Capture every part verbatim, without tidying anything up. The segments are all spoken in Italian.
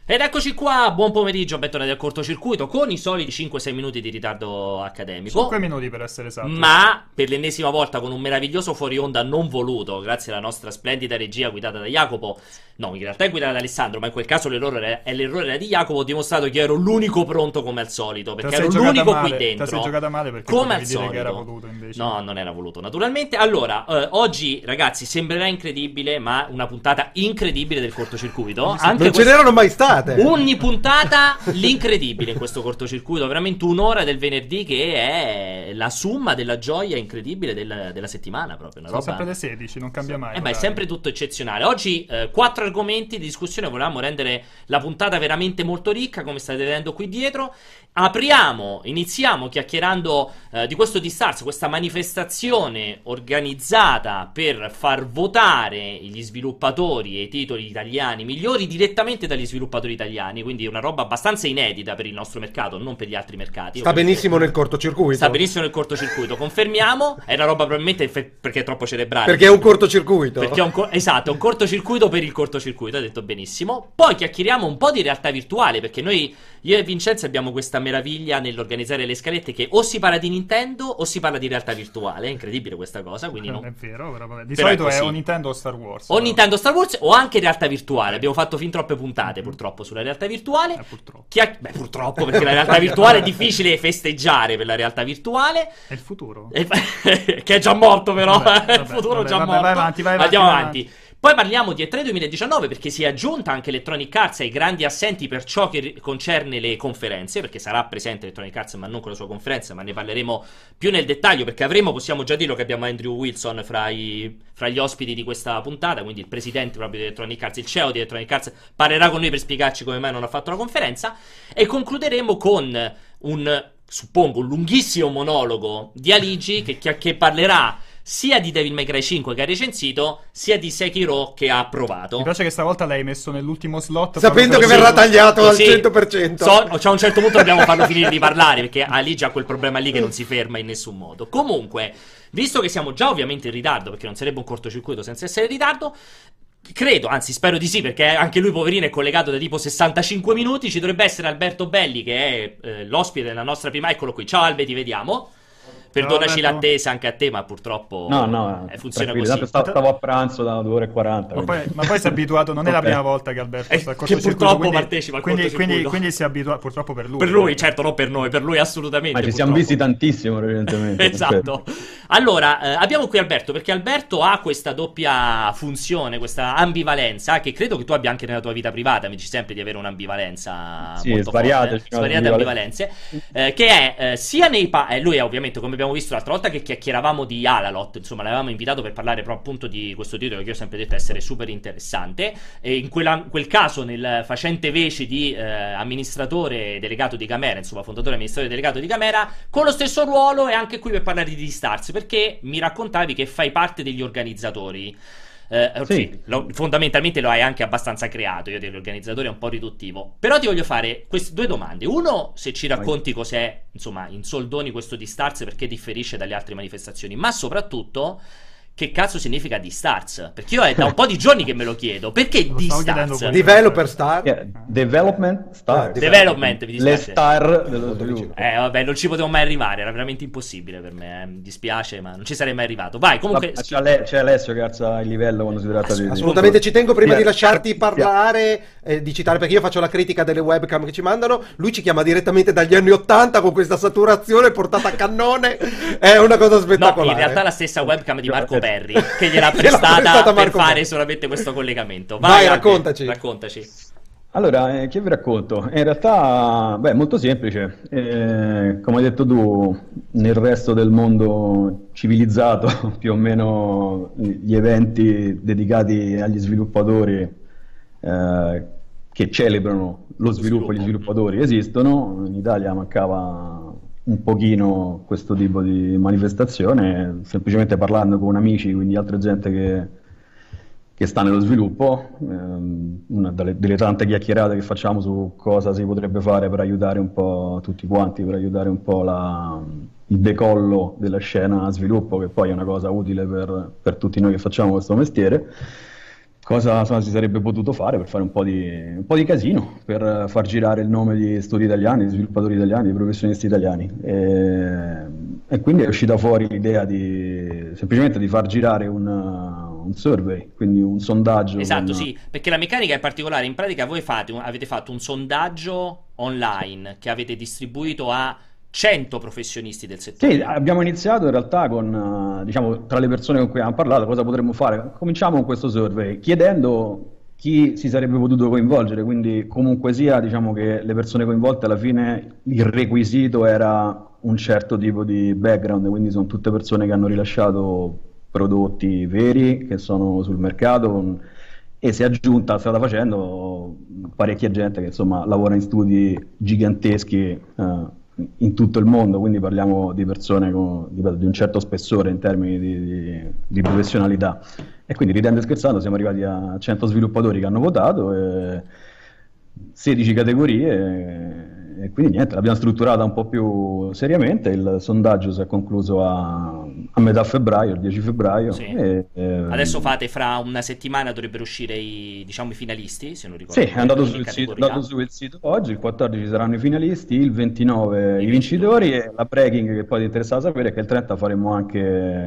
Ed eccoci qua, buon pomeriggio, bentornati al cortocircuito con i soliti cinque sei minuti di ritardo accademico. cinque minuti per essere esatti. Ma per l'ennesima volta con un meraviglioso fuori onda non voluto, grazie alla nostra splendida regia guidata da Jacopo. No, in realtà è guidata da Alessandro, ma in quel caso l'errore è l'errore era di Jacopo. Ho dimostrato che ero l'unico pronto come al solito, perché ero l'unico male, qui dentro. Te sei giocata male perché come al dire solito. Che era voluto invece. No, non era voluto, naturalmente. Allora, eh, oggi ragazzi sembrerà incredibile, ma una puntata incredibile del cortocircuito. Anche non quest- ce n'erano mai state. Ogni puntata l'incredibile in questo cortocircuito, veramente un'ora del venerdì che è la summa della gioia incredibile della, della settimana proprio. Una Sono roba... sempre le sedici, non cambia mai. Eh, ma è sempre tutto eccezionale. Oggi eh, quattro argomenti di discussione, volevamo rendere la puntata veramente molto ricca, come state vedendo qui dietro. Apriamo, iniziamo chiacchierando eh, di questo Distars, questa manifestazione organizzata per far votare gli sviluppatori e i titoli italiani migliori direttamente dagli sviluppatori italiani, quindi una roba abbastanza inedita per il nostro mercato, non per gli altri mercati. Sta benissimo nel cortocircuito. Sta benissimo nel cortocircuito, confermiamo. È una roba probabilmente fe- perché è troppo cerebrale. Perché è un cortocircuito. Perché è un co- esatto, è un cortocircuito per il cortocircuito, hai detto benissimo. Poi chiacchieriamo un po' di realtà virtuale, perché noi, io e Vincenzo, abbiamo questa meraviglia nell'organizzare le scalette che o si parla di Nintendo o si parla di realtà virtuale. È incredibile questa cosa, quindi non no. è vero, però vabbè. Di Però solito è è, così. o Nintendo o Star Wars. O però. Nintendo Star Wars o anche realtà virtuale. Abbiamo fatto fin troppe puntate purtroppo sulla realtà virtuale. Eh, purtroppo. Chia- Beh, purtroppo, perché la realtà virtuale è difficile festeggiare per la realtà virtuale. È il futuro. E- che è già morto però. Vabbè, il vabbè, futuro vabbè, già vabbè, morto. vai avanti, vai avanti, Andiamo vai avanti. Poi parliamo di E tre duemiladiciannove, perché si è aggiunta anche Electronic Arts ai grandi assenti per ciò che ri- concerne le conferenze, perché sarà presente Electronic Arts ma non con la sua conferenza, ma ne parleremo più nel dettaglio, perché avremo, possiamo già dirlo, che abbiamo Andrew Wilson fra, i, fra gli ospiti di questa puntata, quindi il presidente proprio di Electronic Arts, il C E O di Electronic Arts, parlerà con noi per spiegarci come mai non ha fatto la conferenza, e concluderemo con un, suppongo, un lunghissimo monologo di Aligi che, che, che parlerà sia di Devil May Cry cinque che ha recensito, sia di Sekiro che ha provato. Mi piace che stavolta l'hai messo nell'ultimo slot. Sapendo che proprio verrà così. tagliato Così. al cento per cento. So, cioè a un certo punto dobbiamo farlo finire di parlare, perché Aligi ha quel problema lì che non si ferma in nessun modo. Comunque, visto che siamo già ovviamente in ritardo, perché non sarebbe un cortocircuito senza essere in ritardo, credo, anzi spero di sì, perché anche lui poverino è collegato da tipo sessantacinque minuti, ci dovrebbe essere Alberto Belli, che è eh, l'ospite della nostra prima. Eccolo qui, ciao Albe, ti vediamo. Perdonaci Ciao, l'attesa anche a te, ma purtroppo No, no, eh, funziona tranquilli, così. tanto stavo, stavo a pranzo da due ore e quaranta. Ma poi, quindi- ma poi si è abituato, non è la Ok. prima volta che Alberto Eh, sta al che cortocircuito, purtroppo quindi, partecipa al quindi, cortocircuito. quindi, quindi si è abituato, purtroppo per lui. Per lui, certo, non per noi, per lui assolutamente. Ma ci siamo purtroppo. visti tantissimo, evidentemente. Esatto. Allora, eh, abbiamo qui Alberto, perché Alberto ha questa doppia funzione, questa ambivalenza, che credo che tu abbia anche nella tua vita privata. Mi dici sempre di avere un'ambivalenza Sì, molto svariate, forte, ci sono svariate ambivalenze. ambivalenze, eh, che è eh, sia nei pa- eh, lui è ovviamente, come abbiamo visto l'altra volta che chiacchieravamo di Alalot, insomma l'avevamo invitato per parlare però appunto di questo titolo che io ho sempre detto essere super interessante, e in quella- in quel caso nel facente vece di eh, amministratore delegato di Gamera, insomma fondatore e amministratore delegato di Gamera, con lo stesso ruolo, e anche qui per parlare di Stars, perché mi raccontavi che fai parte degli organizzatori. Eh, Sì. sì, lo- fondamentalmente lo hai anche abbastanza creato. Io degli organizzatori è un po' riduttivo, però ti voglio fare queste due domande. Uno, se ci racconti cos'è, insomma, in soldoni questo di Stars, perché differisce dalle altre manifestazioni, ma soprattutto che cazzo significa di Stars, perché io è da un po' di giorni che me lo chiedo. Perché Lo di stavo chiedendo Stars? pure. Developer Star. Yeah, development star. Eh, Development, mi Le dispiace. star dello sviluppo. Eh vabbè, non ci potevo mai arrivare, era veramente impossibile per me, eh. Mi dispiace, ma non ci sarei mai arrivato. Vai, comunque Ma C'è, Ale- c'è Alessio che alza il livello quando si tratta di... Assolutamente, ci tengo prima Sì, di eh. lasciarti parlare, eh, di citare, perché io faccio la critica delle webcam che ci mandano. Lui ci chiama direttamente dagli anni ottanta con questa saturazione portata a cannone. È una cosa No, spettacolare. in realtà la stessa webcam di Marco Perri, che gliel'ha Gliel'ha prestata prestata per Marco fare Perri. solamente questo collegamento. Vai, Albe, raccontaci. Raccontaci. Allora, eh, che vi racconto? In realtà, beh, è molto semplice. Eh, come hai detto tu, nel resto del mondo civilizzato, più o meno gli eventi dedicati agli sviluppatori eh, che celebrano lo sviluppo e gli sviluppatori esistono. In Italia mancava un pochino questo tipo di manifestazione, semplicemente parlando con amici, quindi altra gente che che sta nello sviluppo, ehm, una delle, delle tante chiacchierate che facciamo su cosa si potrebbe fare per aiutare un po' tutti quanti, per aiutare un po' la, il decollo della scena a sviluppo, che poi è una cosa utile per, per tutti noi che facciamo questo mestiere. cosa insomma, si sarebbe potuto fare per fare un po' di, un po' di casino, per far girare il nome di studi italiani, di sviluppatori italiani, di professionisti italiani. E, e quindi è uscita fuori l'idea di semplicemente di far girare un, un survey, quindi un sondaggio. Esatto, con... sì, perché la meccanica è particolare. In pratica voi fate un- avete fatto un sondaggio online che avete distribuito a cento professionisti del Sì, settore. abbiamo iniziato in realtà con, eh, diciamo, tra le persone con cui abbiamo parlato, cosa potremmo fare? Cominciamo con questo survey, chiedendo chi si sarebbe potuto coinvolgere, quindi comunque sia, diciamo che le persone coinvolte alla fine il requisito era un certo tipo di background, quindi sono tutte persone che hanno rilasciato prodotti veri, che sono sul mercato, con- e si è aggiunta, strada facendo, parecchia gente che insomma lavora in studi giganteschi eh, in tutto il mondo, quindi parliamo di persone con, ripeto, di un certo spessore in termini di, di- di professionalità. E quindi ridendo e scherzando siamo arrivati a cento sviluppatori che hanno votato, e sedici categorie, e quindi niente, l'abbiamo strutturata un po' più seriamente. Il sondaggio si è concluso a, a metà febbraio, il dieci febbraio. Sì. E, ehm, Adesso fate fra una settimana dovrebbero uscire i, diciamo, i finalisti, se non ricordo Sì, è male, andato ogni sul sito, è categoria. andato su il sito oggi, il quattordici saranno i finalisti, il ventinove I i vincitori e la breaking che poi ti interessava sapere è che il trenta faremo anche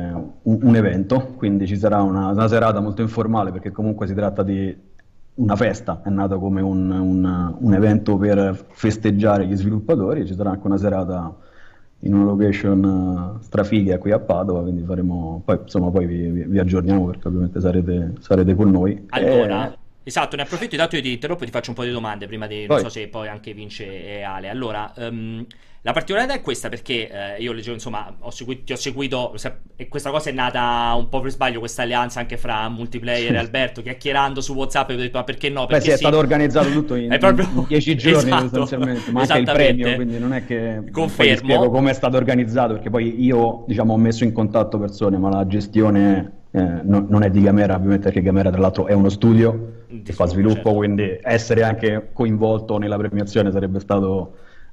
un, un evento, quindi ci sarà una, una serata molto informale perché comunque si tratta di una festa, è nato come un, un- un evento per festeggiare gli sviluppatori, ci sarà anche una serata in una location eh, strafigha qui a Padova, quindi faremo, poi insomma poi vi, vi- vi aggiorniamo perché ovviamente sarete, sarete con noi. Allora, E- esatto, ne approfitto, intanto io ti interrompo e ti faccio un po' di domande prima di, non Vai. so se poi anche Vince e Ale. Allora, ehm, la particolarità è questa perché eh, io leggevo, insomma, ho segui- ti ho seguito, se- e questa cosa è nata un po' per sbaglio, questa alleanza anche fra Multiplayer e Alberto, chiacchierando su WhatsApp, e ho detto, ma perché no? Beh, Perché sì, è sì. stato organizzato tutto in, È proprio- in dieci giorni Esatto, sostanzialmente, ma anche il esattamente. premio, quindi non è che poi Confermo. vi spiego come è stato organizzato, perché poi io diciamo, ho messo in contatto persone, ma la gestione eh, no- non è di Gamera, ovviamente perché Gamera tra l'altro è uno studio Di che fa sviluppo, sviluppo, certo. quindi essere anche coinvolto nella premiazione sarebbe stato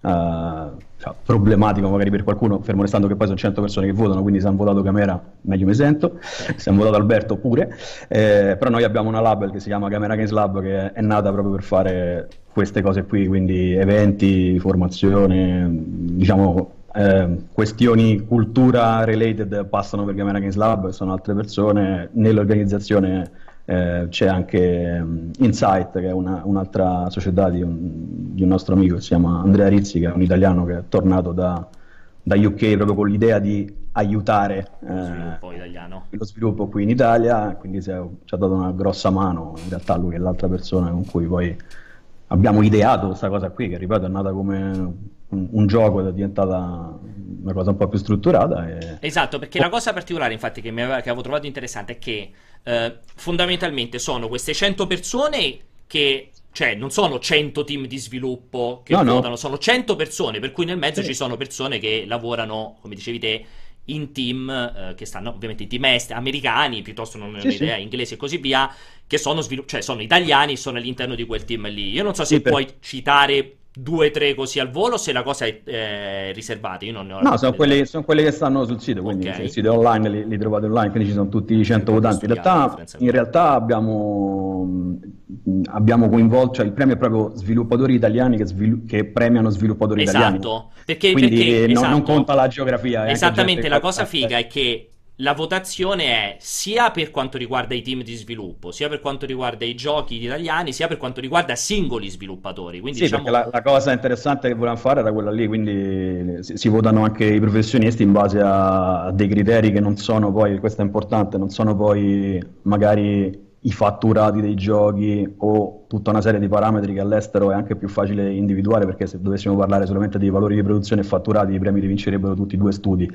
eh, cioè, problematico magari per qualcuno, fermo restando che poi sono cento persone che votano, quindi se hanno votato Gamera meglio mi sento, se hanno votato Alberto pure. Eh, però noi abbiamo una label che si chiama Gamera Games Lab che è nata proprio per fare queste cose qui, quindi eventi, formazione, diciamo eh, questioni cultura related passano per Gamera Games Lab, sono altre persone nell'organizzazione. Eh, c'è anche um, Insight, che è una- un'altra società di un, di un nostro amico che si chiama Andrea Rizzi, che è un italiano che è tornato da, da U K proprio con l'idea di aiutare Lo eh, sviluppo italiano. lo sviluppo qui in Italia, quindi si è- ci ha dato una grossa mano. In realtà lui è l'altra persona con cui poi abbiamo ideato questa cosa qui, che ripeto è nata come un, un gioco ed è diventata una cosa un po' più strutturata. E... Esatto, perché la cosa particolare, infatti, che, mi aveva- che avevo trovato interessante è che eh, fondamentalmente sono queste cento persone che, cioè, non sono cento team di sviluppo che No, no. votano, sono cento persone, per cui nel mezzo Sì. ci sono persone che lavorano, come dicevi te, in team, eh, che stanno ovviamente in team est- americani, piuttosto non ne ho Sì, sì. idea, inglesi e così via, che sono, svilu- cioè, sono italiani, sono all'interno di quel team lì. Io non so se Sì, per- puoi citare due o tre così al volo, se la cosa è eh, riservata. Io non ne ho No, sono quelli, sono quelli che stanno sul sito, quindi Ok. se il sito è online, li, li trovate online, quindi ci sono tutti i cento votanti. In studiato, a realtà, differenza in mia. realtà abbiamo, mh, abbiamo coinvolto, cioè il premio è proprio sviluppatori italiani che, svilu- che premiano sviluppatori italiani. Esatto, perché, Quindi perché- no- non esatto. conta la geografia. è anche Esattamente, gente la che- cosa figa è che la votazione è sia per quanto riguarda i team di sviluppo, sia per quanto riguarda i giochi italiani, sia per quanto riguarda singoli sviluppatori. Quindi Sì, diciamo perché la, la cosa interessante che volevamo fare era quella lì, quindi si, si votano anche i professionisti in base a, a dei criteri che non sono poi, questo è importante, non sono poi magari i fatturati dei giochi o tutta una serie di parametri che all'estero è anche più facile individuare, perché se dovessimo parlare solamente di valori di produzione e fatturati, i premi li vincerebbero tutti i due studi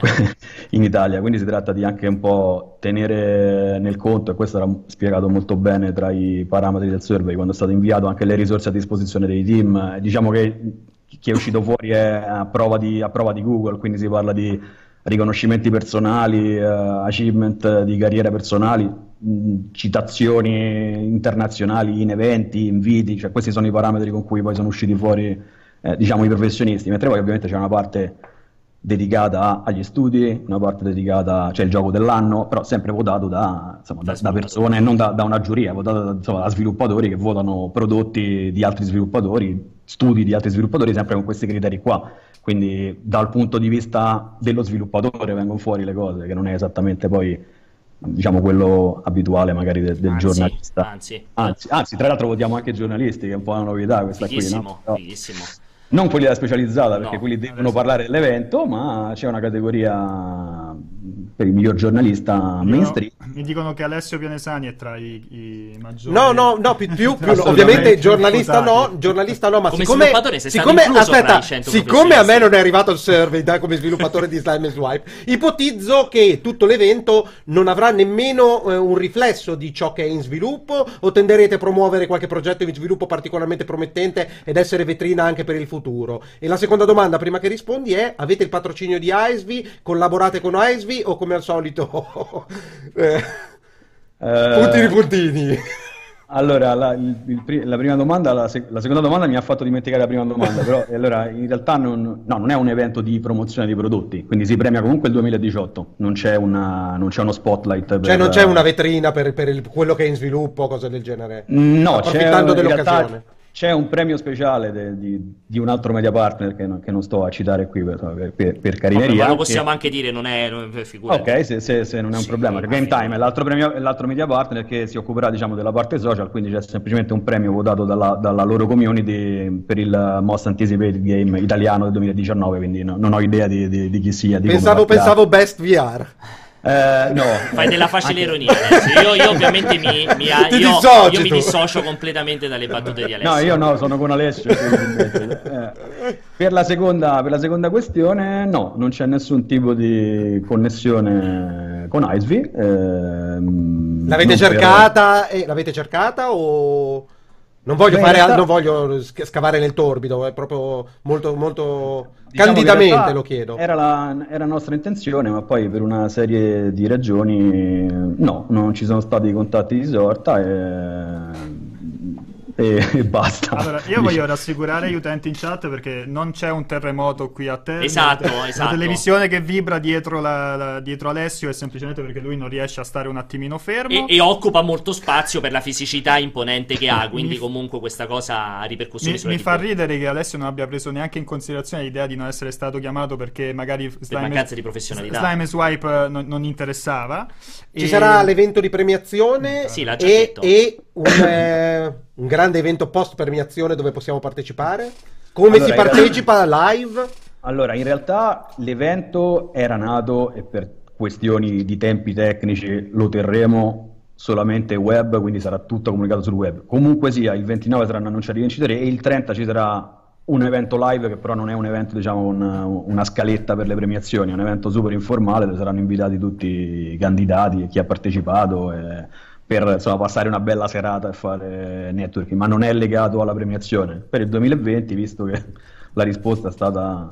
in Italia, quindi si tratta di anche un po' tenere nel conto, e questo era spiegato molto bene tra i parametri del survey quando è stato inviato, anche le risorse a disposizione dei team. Eh, diciamo che chi è uscito fuori è a prova di, a prova di Google, quindi si parla di riconoscimenti personali, eh, achievement di carriera personali, mh, citazioni internazionali in eventi, inviti, cioè questi sono i parametri con cui poi sono usciti fuori eh, diciamo i professionisti, mentre poi ovviamente c'è una parte dedicata agli studi, una parte dedicata, cioè il gioco dell'anno, però sempre votato da, insomma, da, da persone e non da, da una giuria, votato da, insomma, da sviluppatori che votano prodotti di altri sviluppatori, studi di altri sviluppatori, sempre con questi criteri qua. Quindi dal punto di vista dello sviluppatore vengono fuori le cose, che non è esattamente poi, diciamo, quello abituale magari de- del Anzi, giornalista. anzi. Anzi, anzi, tra l'altro votiamo anche giornalisti, che è un po' una novità questa qui, Fighissimo, no? fighissimo. Non quelli della specializzata, perché No, quelli devono adesso- parlare dell'evento, ma c'è una categoria per il miglior giornalista Io- mainstream. Mi dicono che Alessio Pianesani è tra i, i maggiori. No, no, no, più, più, più Assolutamente ovviamente giornalista no, imputati. giornalista no, ma Come siccome, sviluppatore sei stato siccome incluso fra aspetta, i cento siccome a me professionisti. non è arrivato il survey da, come sviluppatore di Slime e Swipe, ipotizzo che tutto l'evento non avrà nemmeno eh, un riflesso di ciò che è in sviluppo, o tenderete a promuovere qualche progetto in sviluppo particolarmente promettente ed essere vetrina anche per il futuro. E la seconda domanda, prima che rispondi, è: avete il patrocinio di Icevy? Collaborate con Icevy o come al solito eh, Eh, puntini puntini? Allora, la, il- il pri- la prima domanda, la, sec- la seconda domanda mi ha fatto dimenticare la prima domanda, però e allora in realtà non, no, non è un evento di promozione di prodotti, quindi si premia comunque il duemiladiciotto, non c'è, una, non c'è uno spotlight per... Cioè non c'è una vetrina per, per il- quello che è in sviluppo, cose del genere. No, c'è, Approfittando in dell'occasione. realtà c'è un premio speciale de- di, di un altro media partner che non, che non sto a citare qui per, per, per Vabbè, carineria. ma lo che- possiamo anche dire, non è, non è figurati. Ok, se, se- se non è un Sì, problema. ma Game figurati. Time è l'altro, premio- è l'altro media partner che si occuperà, diciamo, della parte social, quindi c'è semplicemente un premio votato dalla, dalla loro community per il Most Anticipated Game italiano del duemiladiciannove, quindi no- non ho idea di, di- di chi sia. Di come Pensavo, partirà. pensavo Best V R. Eh, no. Fai della facile ironia adesso. Io, io ovviamente mi, mi, Ti io, dissoci io mi tu. dissocio completamente dalle battute di Alessio. No, io no, sono con Alessio. quindi, eh, per, la seconda, per la seconda questione, no, non c'è nessun tipo di connessione con Icevy. ehm, L'avete non per- cercata? E, l'avete cercata o... Non voglio, Beh, in fare, realtà- non voglio sc- scavare nel torbido, è proprio molto, molto Diciamo che in candidamente realtà lo chiedo. Era la, era nostra intenzione, ma poi per una serie di ragioni no, non ci sono stati contatti di sorta e, e, e basta. Allora, io voglio rassicurare gli utenti in chat perché non c'è un terremoto qui a terra. Esatto, La esatto. televisione che vibra dietro, la, la- dietro Alessio è semplicemente perché lui non riesce a stare un attimino fermo. E, e occupa molto spazio per la fisicità imponente che ha, quindi Mi- comunque questa cosa ha ripercussioni Mi, sulla mi tivù. fa ridere che Alessio non abbia preso neanche in considerazione l'idea di non essere stato chiamato perché magari Slime, mancanza di professionalità. Slime e Swipe eh, non, non interessava. Ci E- sarà l'evento di premiazione Sì, l'ha già e, detto. e un, eh, un grande evento post premiazione dove possiamo partecipare. Come Allora, si in realtà- partecipa live? Allora, in realtà l'evento era nato e per questioni di tempi tecnici lo terremo solamente web, quindi sarà tutto comunicato sul web. Comunque sia, il ventinove saranno annunciati i vincitori e il trenta ci sarà un evento live che però non è un evento, diciamo, un- una scaletta per le premiazioni, è un evento super informale dove saranno invitati tutti i candidati e chi ha partecipato e per, insomma, passare una bella serata e fare networking, ma non è legato alla premiazione. Per il duemilaventi, visto che la risposta è stata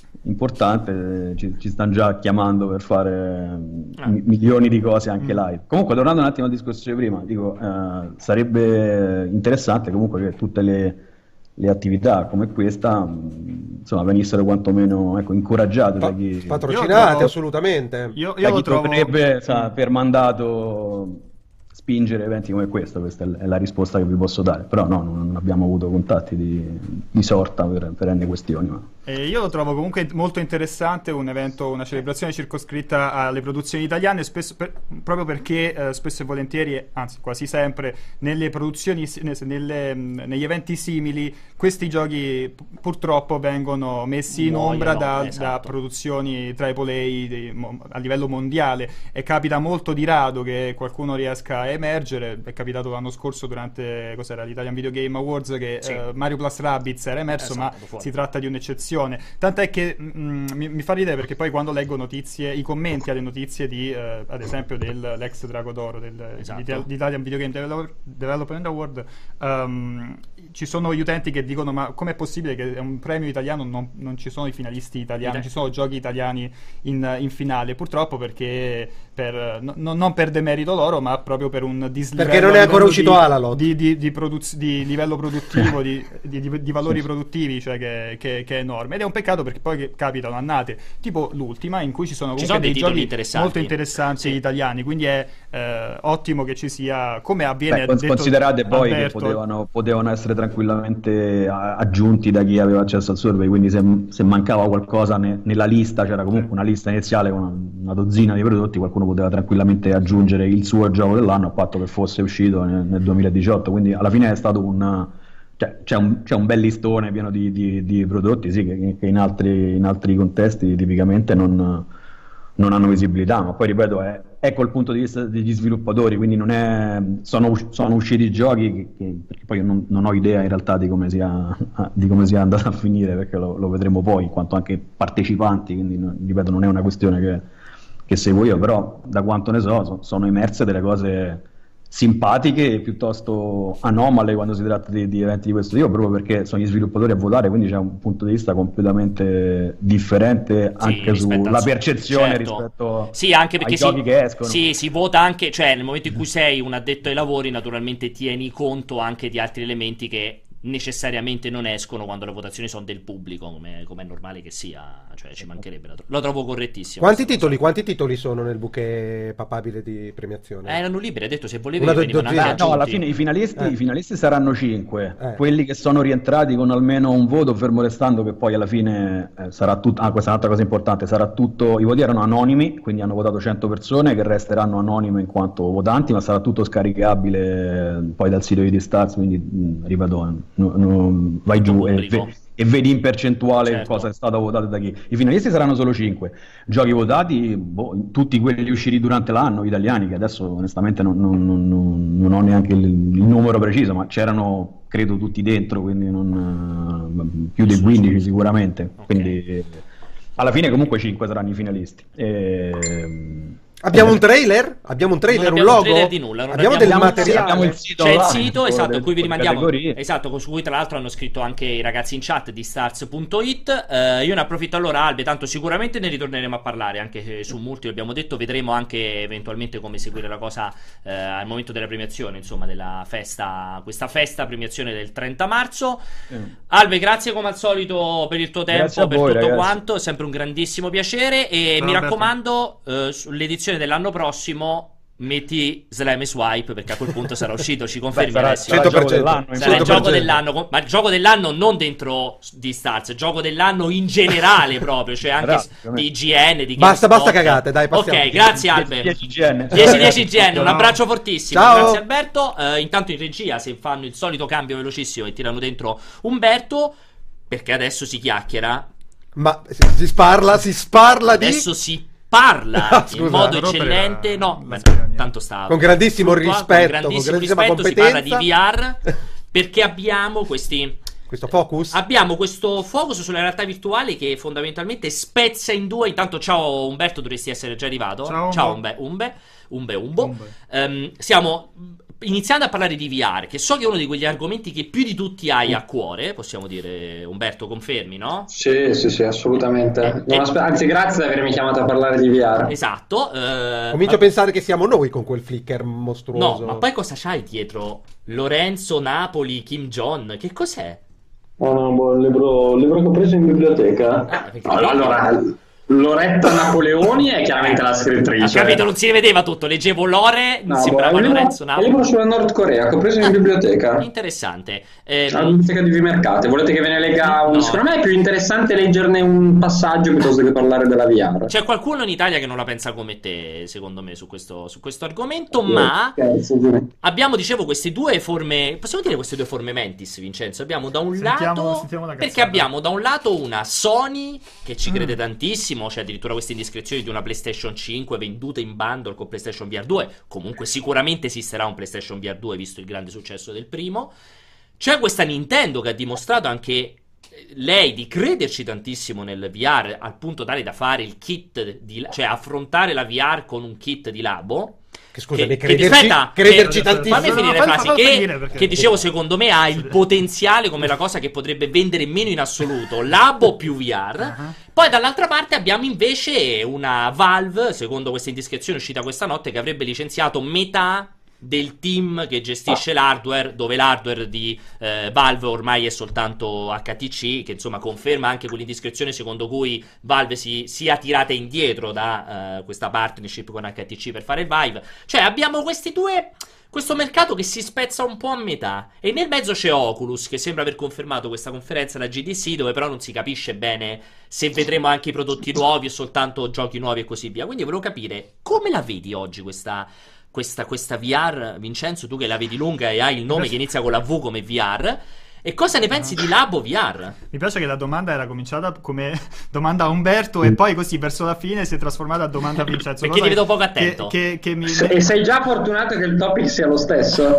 importante, eh, ci, ci stanno già chiamando per fare Ah. mi- milioni di cose anche live. Comunque, tornando un attimo al discorso di prima, dico, eh, sarebbe interessante comunque che tutte le, le attività come questa, mh, insomma, venissero quantomeno, ecco, incoraggiate Pa- da chi, patrocinate, Io trovo- assolutamente. Io, da io chi lo trovo... dovrebbe, sa, per mandato spingere eventi come questo. Questa è l- è la risposta che vi posso dare, però no, non non abbiamo avuto contatti di, di sorta per, per N questioni. Ma... Eh, io lo trovo comunque molto interessante un evento, una celebrazione circoscritta alle produzioni italiane, spesso, per- proprio perché eh, spesso e volentieri, anzi quasi sempre, nelle produzioni, si- ne- nelle, mh, negli eventi simili, questi giochi pu- purtroppo vengono messi in Muoiono, ombra da, esatto. da produzioni tripla A di- mo- a livello mondiale, e capita molto di rado che qualcuno riesca a emergere. È capitato l'anno scorso durante cos'era, l'Italian Video Game Awards che Sì. eh, Mario Plus Rabbids era emerso, Esatto, ma fuori. si tratta di un'eccezione. Tant'è che mm, mi, mi fa ridere perché poi quando leggo notizie, i commenti alle notizie di, eh, ad esempio, dell'ex Drago d'Oro, del, Esatto. di- di Italian Video Game Develop- Development Award, ehm, ci sono gli utenti che dicono: ma com'è possibile che è un premio italiano non, non ci sono i finalisti italiani, Ita- non ci sono giochi italiani in, in finale? Purtroppo, perché per, no, non per demerito loro, ma proprio per un dislivello. Perché non è ancora uscito di, Alalot. Di, di, di, produz- di livello produttivo, di, di, di, di valori produttivi, cioè che, che, che è enorme. Ed è un peccato perché poi che capitano annate, tipo l'ultima, in cui ci sono ci comunque sono dei, dei giochi interessanti. molto interessanti Sì. italiani, quindi è eh, ottimo che ci sia, come avviene. Beh, detto considerate poi Alberto, che potevano, potevano essere tranquillamente a- aggiunti da chi aveva accesso al survey, quindi se, se mancava qualcosa ne- nella lista, c'era comunque una lista iniziale con una, una dozzina di prodotti, qualcuno poteva tranquillamente aggiungere il suo gioco dell'anno a patto che fosse uscito nel, nel duemiladiciotto, quindi alla fine è stato un... Cioè, c'è, un, c'è un bel listone pieno di, di, di prodotti, sì, che, che in, altri, in altri contesti tipicamente non, non hanno visibilità, ma poi ripeto, è, ecco il punto di vista degli sviluppatori, quindi non è, sono, us- sono usciti giochi che, che, perché poi io non, non ho idea in realtà di come sia, di come sia andato a finire, perché lo, lo vedremo poi in quanto anche partecipanti, quindi no, ripeto, non è una questione che, che seguo io, però da quanto ne so, so sono emerse delle cose simpatiche, piuttosto anomale quando si tratta di, di eventi di questo tipo, proprio perché sono gli sviluppatori a votare, quindi c'è un punto di vista completamente differente anche Sì, rispetto sulla al- percezione certo. rispetto Sì, anche perché ai si, giochi che escono. sì, si vota anche, cioè nel momento in cui sei un addetto ai lavori, naturalmente tieni conto anche di altri elementi che necessariamente non escono quando le votazioni sono del pubblico, come come è normale che sia, cioè ci mancherebbe. Lo, tro- lo trovo correttissimo. Quanti questa titoli, cosa. quanti titoli sono nel bouquet papabile di premiazione? Eh, erano liberi, ha detto se volevi Una do- venivano anche dozzina. Ah, no, alla aggiunti. fine i finalisti, Eh. i finalisti saranno cinque, Eh. quelli che sono rientrati con almeno un voto, fermo restando che poi alla fine eh, sarà tutto, ah, questa è un'altra cosa importante, sarà tutto, i voti erano anonimi, quindi hanno votato cento persone che resteranno anonime in quanto votanti, ma sarà tutto scaricabile eh, poi dal sito di D-Stars, quindi mh, ripeto, no- no- vai giù e, pubblico. ve- e vedi in percentuale Certo. cosa è stato votato da chi. I finalisti saranno solo cinque, giochi votati, boh, tutti quelli usciti durante l'anno, italiani, che adesso onestamente non, non- non- non- non ho neanche il, il numero preciso, ma c'erano credo tutti dentro, quindi non, eh, più di quindici sicuramente, Ok. quindi eh, alla fine comunque cinque saranno i finalisti. E, Abbiamo un trailer? Abbiamo un trailer, Non un abbiamo logo? trailer di nulla, non abbiamo abbiamo del un- materiale. abbiamo il sito C'è il online, sito, con esatto, le- a cui vi con le rimandiamo, categorie. esatto, su cui tra l'altro hanno scritto anche i ragazzi in chat di stars punto it. Eh, io ne approfitto allora, Albe, tanto sicuramente ne ritorneremo a parlare anche se su Multi, abbiamo detto, vedremo anche eventualmente come seguire la cosa eh, al momento della premiazione, insomma, della festa, questa festa premiazione del trenta marzo. Eh. Albe, grazie come al solito per il tuo Grazie tempo, a per voi, tutto ragazzi. quanto, è sempre un grandissimo piacere e Ciao, mi Alberto. raccomando, eh, sull'edizione dell'anno prossimo metti Slime e Swipe, perché a quel punto sarà uscito, ci confermi Beh, sarà, Alessio? sarà il gioco cento per cento. dell'anno, Sarà il cento per gioco cento. dell'anno, ma il gioco dell'anno non dentro di Stars, il gioco dell'anno in generale proprio, cioè anche Bravo, s- ovviamente. di I G N, di Basta, GameSpot. basta cagate, dai, passiamo. Ok, grazie Albe. dieci G N. dieci dieci G N, un abbraccio fortissimo. Ciao. Grazie Alberto. Eh, intanto in regia, se fanno il solito cambio velocissimo e tirano dentro Umberto, perché adesso si chiacchiera, Ma si, si sparla, si sparla di... adesso si parla Ah, in scusa, modo non rompere eccellente. la- No, la beh, scrivania. tanto sta Con grandissimo fluttua- rispetto, con grandissimo con grandissima rispetto si parla di competenza. V R perché abbiamo questi Questo focus? abbiamo questo focus sulla realtà virtuale che fondamentalmente spezza in due. Intanto ciao Umberto, dovresti essere già arrivato. Ciao, Umbe, Umbe, Umbe, Umbo. Umbe. Ehm, stiamo iniziando a parlare di V R, che so che è uno di quegli argomenti che più di tutti hai a cuore, possiamo dire. Umberto, confermi, no? Sì, sì, sì, assolutamente. Non aspe- anzi, grazie di avermi chiamato a parlare di V R. Esatto. eh, Comincio a pensare che siamo noi con quel flicker mostruoso. No, ma poi cosa c'hai dietro? Lorenzo, Napoli, Kim Jong, che cos'è? Oh, no, boh, il libro, il libro che ho preso in biblioteca. Ah, perché- No, allora, Loretta Napoleoni è chiaramente la Ho scrittrice. capito, non si rivedeva tutto. Leggevo Lore, No, sembrava boh, è un libro- Lorenzo è un Napoli. libro sulla Nord Corea che ho preso in biblioteca. Interessante. Eh, Alla biblioteca di Vimercate. Volete che ve ne legga un? No. Secondo me è più interessante leggerne un passaggio piuttosto che parlare della V R. C'è qualcuno in Italia che non la pensa come te, secondo me, su questo, su questo argomento, ma Ok, sì, sì. abbiamo, dicevo, queste due forme, possiamo dire queste due forme mentis, Vincenzo? Abbiamo da un Sentiamo- lato, sentiamo la perché cazzata. abbiamo da un lato una Sony che ci crede Mm. tantissimo, c'è addirittura queste indiscrezioni di una PlayStation cinque venduta in bundle con PlayStation V R due, comunque sicuramente esisterà un PlayStation V R due visto il grande successo del primo. C'è questa Nintendo che ha dimostrato anche lei di crederci tantissimo nel V R al punto tale da fare il kit di, cioè affrontare la V R con un kit di labo. Che scusami, che, crederci, che, aspetta, crederci che, tantissimo. fammi finire Fammi- frasi fammi che, finire, perché- che dicevo secondo me ha il potenziale come la cosa che potrebbe vendere meno in assoluto, Labo più V R. Uh-huh. Poi dall'altra parte abbiamo invece una Valve, secondo questa indiscrezione uscita questa notte, che avrebbe licenziato metà del team che gestisce l'hardware, dove l'hardware di eh, Valve ormai è soltanto H T C, che insomma conferma anche quell'indiscrezione secondo cui Valve si sia tirata indietro da eh, questa partnership con H T C per fare il Vive. Cioè abbiamo questi due, questo mercato che si spezza un po' a metà, e nel mezzo c'è Oculus che sembra aver confermato questa conferenza alla G D C, dove però non si capisce bene se vedremo anche i prodotti nuovi o soltanto giochi nuovi e così via. Quindi volevo capire come la vedi oggi questa Questa, questa V R, Vincenzo, tu che la vedi lunga e hai il nome che inizia con la V come V R, e cosa ne pensi di Labo V R? Mi piace che la domanda era cominciata come domanda a Umberto e poi così verso la fine si è trasformata a domanda a Vincenzo. Perché ti Cosa vedo poco attento. Che, che, che mi... E sei già fortunato che il topic sia lo stesso.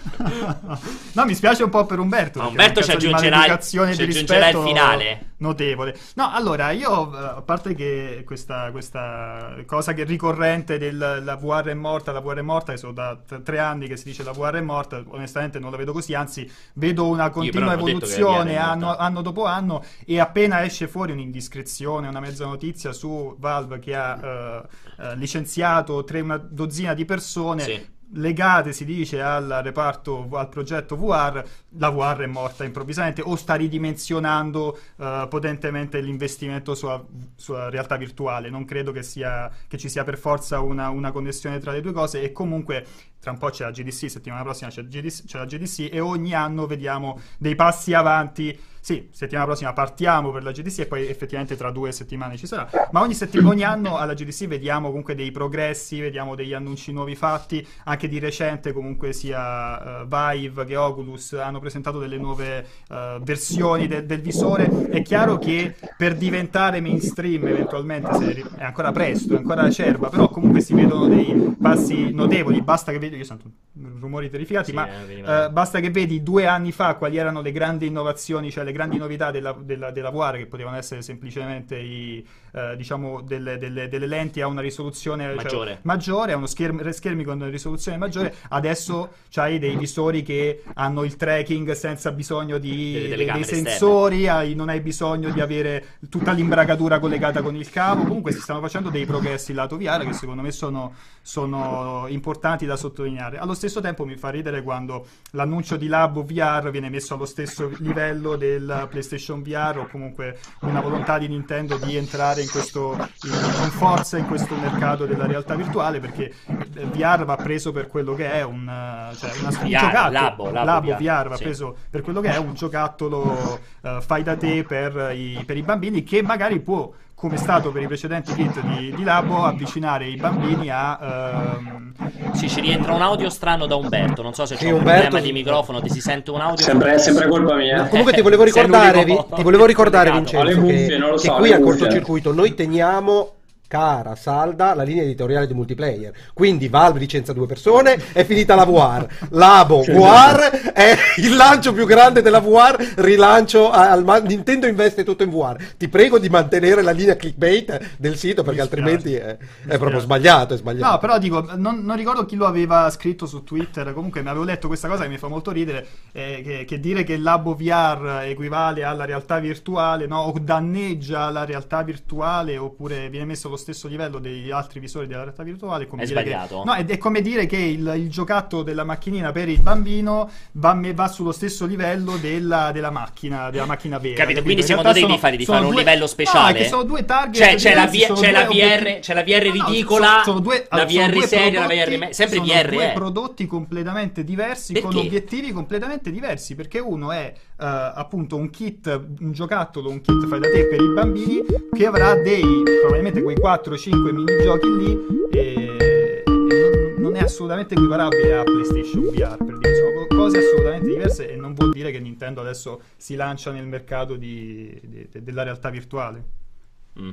No, mi spiace un po' per Umberto. Ma perché è Umberto un ci cazzo di aggiungerà, maleducazione ci di aggiungerà il rispetto finale. Notevole. No, allora, io, a parte che questa, questa cosa che è ricorrente della V R è morta, la V R è morta, che sono da t- tre anni che si dice la V R è morta, onestamente non la vedo così, anzi vedo una continua evoluzione anno, anno dopo anno, e appena esce fuori un'indiscrezione, una mezza notizia su Valve che ha uh, uh, licenziato tre, una dozzina di persone, sì, legate, si dice, al reparto, al progetto V R, la V R è morta improvvisamente o sta ridimensionando uh, potentemente l'investimento sulla, sulla realtà virtuale. Non credo che sia che ci sia per forza una, una connessione tra le due cose, e comunque tra un po' c'è la G D C, settimana prossima c'è, G D C, c'è la G D C, e ogni anno vediamo dei passi avanti. Sì, settimana prossima partiamo per la G D C e poi effettivamente tra due settimane ci sarà, ma ogni, setti- ogni anno alla G D C vediamo comunque dei progressi, vediamo degli annunci nuovi fatti. Anche di recente comunque sia uh, Vive che Oculus hanno presentato delle nuove uh, versioni de- del visore. È chiaro che per diventare mainstream eventualmente, se ri- è ancora presto, è ancora acerba, però comunque si vedono dei passi notevoli. Basta che vedi, io sento rumori terrificanti, sì, ma eh, uh, basta che vedi due anni fa quali erano le grandi innovazioni, cioè le grandi novità della, della, della V R, che potevano essere semplicemente i, uh, diciamo delle, delle, delle lenti a una risoluzione maggiore, cioè, maggiore a uno scherm- schermi con risoluzione maggiore. Adesso c'hai dei visori che hanno il tracking senza bisogno di dei, dei sensori, hai, non hai bisogno di avere tutta l'imbragatura collegata con il cavo. Comunque si stanno facendo dei progressi lato V R che secondo me sono, sono importanti da sottolineare. Allo stesso tempo mi fa ridere quando l'annuncio di Labo V R viene messo allo stesso livello del PlayStation V R, o comunque una volontà di Nintendo di entrare in questo in, con forza in questo mercato della realtà virtuale, perché V R va preso per quello che è un, cioè una, un giocattolo. Labo, Labo, Labo V R, V R va sì, preso per quello che è un giocattolo uh, fai da te per i, per i bambini, che magari può, come è stato per i precedenti kit di, di Labo, avvicinare i bambini a... Um... Sì, ci rientra un audio strano da Umberto, non so se Sì, c'è un Umberto, problema di microfono, ti si sente un audio... Sempre, sempre colpa mia. Comunque ti volevo Sei ricordare, l'unico vi- ti volevo ricordare collegato. Ho le Vincenzo, cuffie, che, non lo che so, qui le a cuffie. cortocircuito noi teniamo cara, salda la linea editoriale di multiplayer. Quindi Valve licenzia due persone, è finita la V R. Labo V R è il lancio più grande della V R, rilancio al ma- Nintendo investe tutto in V R. Ti prego di mantenere la linea clickbait del sito, perché Mi spiace. altrimenti è, Mi è proprio spiace. sbagliato, è sbagliato. No, però dico, non, non ricordo chi lo aveva scritto su Twitter, comunque mi avevo letto questa cosa che mi fa molto ridere, eh, che, che dire che il Labo V R equivale alla realtà virtuale, no, o danneggia la realtà virtuale, oppure viene messo allo stesso livello degli altri visori della realtà virtuale, come È dire sbagliato. Che, no, è, è come dire che il, il giocattolo della macchinina per il bambino va, me- va sullo stesso livello della, della macchina della macchina vera. Capito? Quindi In secondo te realtà devi fare, di sono fare un due- livello speciale? No, è che sono due target Cioè c'è la, diversi, V- sono c'è la due V R, obiettivi- c'è la V R No, no, ridicola, sono- sono due- la allora, sono V R due seria, la V R prodotti- me- sempre sono V R due è. prodotti completamente diversi, Perché? con obiettivi completamente diversi, perché uno è uh, appunto un kit, un giocattolo, un kit fai da te per i bambini, che avrà dei probabilmente quei quattro cinque minigiochi lì, e, e non, non è assolutamente equiparabile a PlayStation V R, per dire. Sono cose assolutamente diverse, e non vuol dire che Nintendo adesso si lancia nel mercato di, di, de- della realtà virtuale. Mm.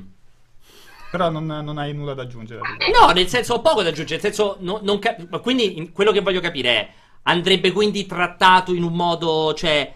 Però non, non hai nulla da aggiungere. No, nel senso, ho poco da aggiungere, nel senso, no- non cap- ma quindi in- quello che voglio capire è, andrebbe quindi trattato in un modo, cioè,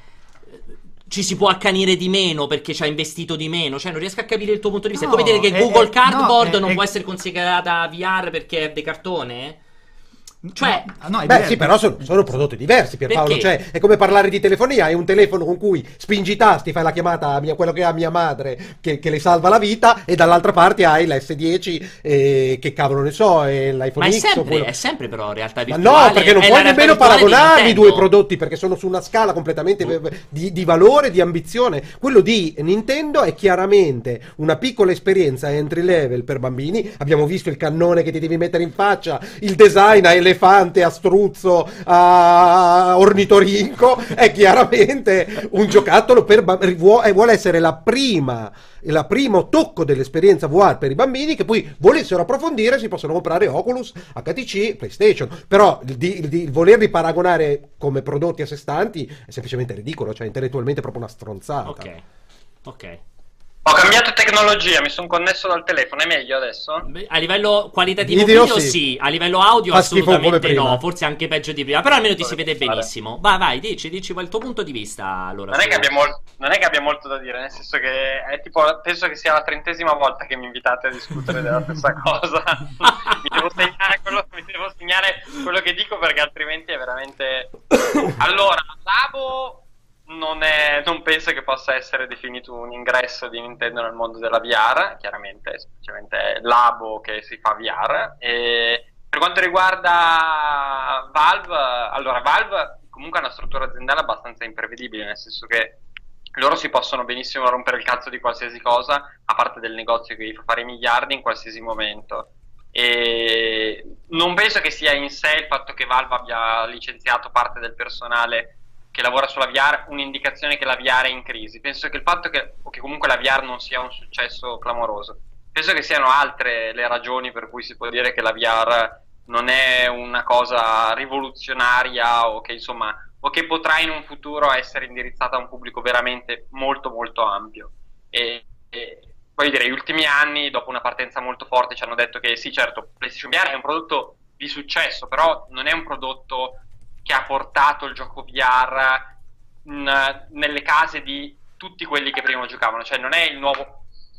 ci si può accanire di meno perché ci ha investito di meno, cioè non riesco a capire il tuo punto di vista. No, è come dire che è- Google è- Cardboard no, è- non è- può essere considerata V R perché è di cartone? Cioè, no, no, è Beh, diverso. sì, però sono, sono prodotti diversi, Pierpaolo. Perché? Cioè, è come parlare di telefonia. Hai un telefono con cui spingi i tasti, fai la chiamata a mia, quello che ha mia madre, che, che le salva la vita, e dall'altra parte hai la S dieci, eh, che cavolo ne so, e l'iPhone ma è X. o sempre, quello- è sempre però realtà Ma virtuale. no, perché non è puoi la realtà nemmeno virtuale di paragonarli i Nintendo. due prodotti, perché sono su una scala completamente di, di valore, di ambizione. Quello di Nintendo è chiaramente una piccola esperienza entry level per bambini. Abbiamo visto il cannone che ti devi mettere in faccia, il design a elefante, a struzzo, a ornitorinco. È chiaramente un giocattolo per bambini, vuole essere la prima il primo tocco dell'esperienza V R per i bambini, che poi volessero approfondire si possono comprare Oculus, H T C, PlayStation. Però il, di, il, di, il volerli paragonare come prodotti a sé stanti è semplicemente ridicolo, cioè intellettualmente proprio una stronzata. Ok, ok. Ho cambiato tecnologia, mi sono connesso dal telefono, è meglio adesso? Beh, a livello qualitativo Video, video, sì. sì. A livello audio Fa schifo come assolutamente prima. no, forse anche peggio di prima, però almeno ti si vede Vale. benissimo. Vai, vai, dici, dici qual è il tuo punto di vista allora. Non è, su- che abbia mol- non è che abbia molto da dire, nel senso che è tipo, penso che sia la trentesima volta che mi invitate a discutere della stessa cosa. mi, devo segnare quello, mi devo segnare quello che dico, perché altrimenti è veramente... Allora, Labo non, è, non penso che possa essere definito un ingresso di Nintendo nel mondo della V R, chiaramente è semplicemente Labo che si fa V R. E per quanto riguarda Valve, allora Valve comunque ha una struttura aziendale abbastanza imprevedibile, nel senso che loro si possono benissimo rompere il cazzo di qualsiasi cosa, a parte del negozio che gli fa fare miliardi in qualsiasi momento. E non penso che sia in sé il fatto che Valve abbia licenziato parte del personale che lavora sulla V R un'indicazione che la V R è in crisi. Penso che il fatto che, o che comunque la V R non sia un successo clamoroso, penso che siano altre le ragioni per cui si può dire che la V R non è una cosa rivoluzionaria, o che insomma, o che potrà in un futuro essere indirizzata a un pubblico veramente molto molto ampio. E, e voglio dire, gli ultimi anni, dopo una partenza molto forte, ci hanno detto che sì, certo, PlayStation V R è un prodotto di successo, però non è un prodotto che ha portato il gioco V R in, nelle case di tutti quelli che prima giocavano, cioè non è il nuovo...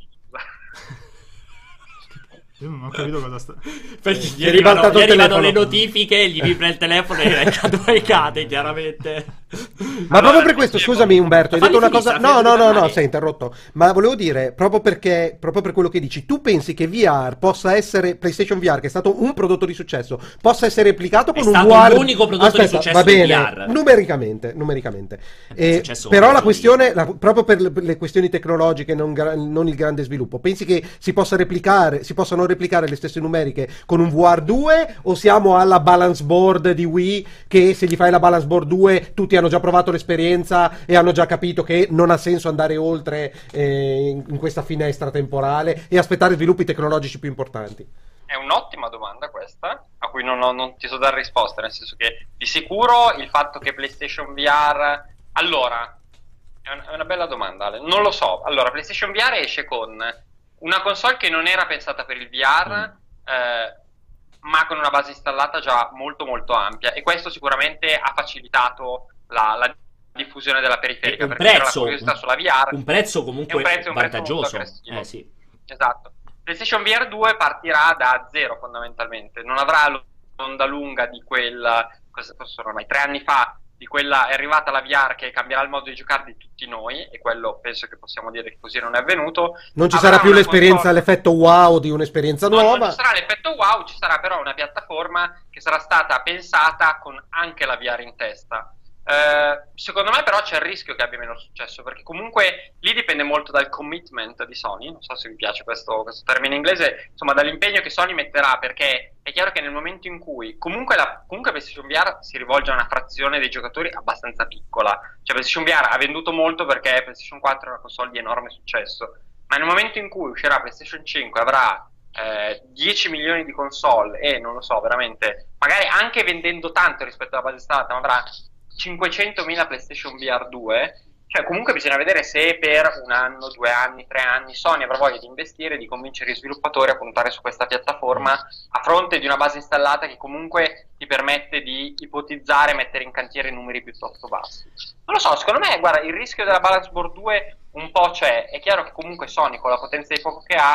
Io non ho capito cosa sta. Perché Gli gli è arrivano, ribaltato gli il arrivano telefono. le notifiche, gli vibra il telefono e cade, cade chiaramente. Ma Allora, proprio per questo, dicevo- scusami Umberto, hai Fammi detto una finire, cosa... No, fammi no, no, no, parlare. sei interrotto. Ma volevo dire, proprio perché, proprio per quello che dici, tu pensi che V R possa essere, PlayStation V R, che è stato un prodotto di successo, possa essere replicato È con un stato V R... l'unico prodotto di Aspetta, successo va di bene, V R. numericamente, numericamente. Eh, Eh, successo però la oggi. questione, la- proprio per le, per le questioni tecnologiche, non, gra- non il grande sviluppo, pensi che si possa replicare, si possano replicare le stesse numeriche con un V R due, o siamo alla balance board di Wii, che se gli fai la balance board due tutti hanno già provato l'esperienza e hanno già capito che non ha senso andare oltre eh, in, in questa finestra temporale e aspettare sviluppi tecnologici più importanti? È un'ottima domanda questa, a cui non, ho- non ti so dare risposta, nel senso che di sicuro il fatto che PlayStation V R... Allora, è, un- è una bella domanda, Ale. Non lo so. Allora, PlayStation V R esce con una console che non era pensata per il V R, eh, ma con una base installata già molto molto ampia, e questo sicuramente ha facilitato la, la diffusione della periferica, Un perché c'era la prezzo, curiosità un- sulla V R. Un prezzo È comunque un prezzo- è un prezzo molto vantaggioso. aggressivo. Eh sì. Esatto. PlayStation V R due partirà da zero fondamentalmente, non avrà l'onda lunga di quella, cosa sono ormai tre anni fa, di quella è arrivata la V R che cambierà il modo di giocare di tutti noi, e quello penso che possiamo dire che così non è avvenuto. Non ci Avrà sarà più una l'esperienza, console- l'effetto wow di un'esperienza No, nuova. non ci sarà l'effetto wow, ci sarà però una piattaforma che sarà stata pensata con anche la V R in testa. Eh, secondo me però c'è il rischio che abbia meno successo, perché comunque lì dipende molto dal commitment di Sony, non so se vi piace questo, questo termine inglese, insomma dall'impegno che Sony metterà, perché è chiaro che nel momento in cui comunque, la, comunque PlayStation V R si rivolge a una frazione dei giocatori abbastanza piccola, cioè PlayStation V R ha venduto molto perché PlayStation quattro è una console di enorme successo, ma nel momento in cui uscirà PlayStation cinque avrà eh, dieci milioni di console e non lo so, veramente, magari anche vendendo tanto rispetto alla base installata, ma avrà cinquecentomila PlayStation V R due, cioè comunque bisogna vedere se per un anno, due anni, tre anni Sony avrà voglia di investire, di convincere i sviluppatori a puntare su questa piattaforma a fronte di una base installata che comunque ti permette di ipotizzare e mettere in cantiere numeri piuttosto bassi. Non lo so, secondo me, guarda, il rischio della balance board due un po' c'è. È chiaro che comunque Sony, con la potenza di fuoco che ha,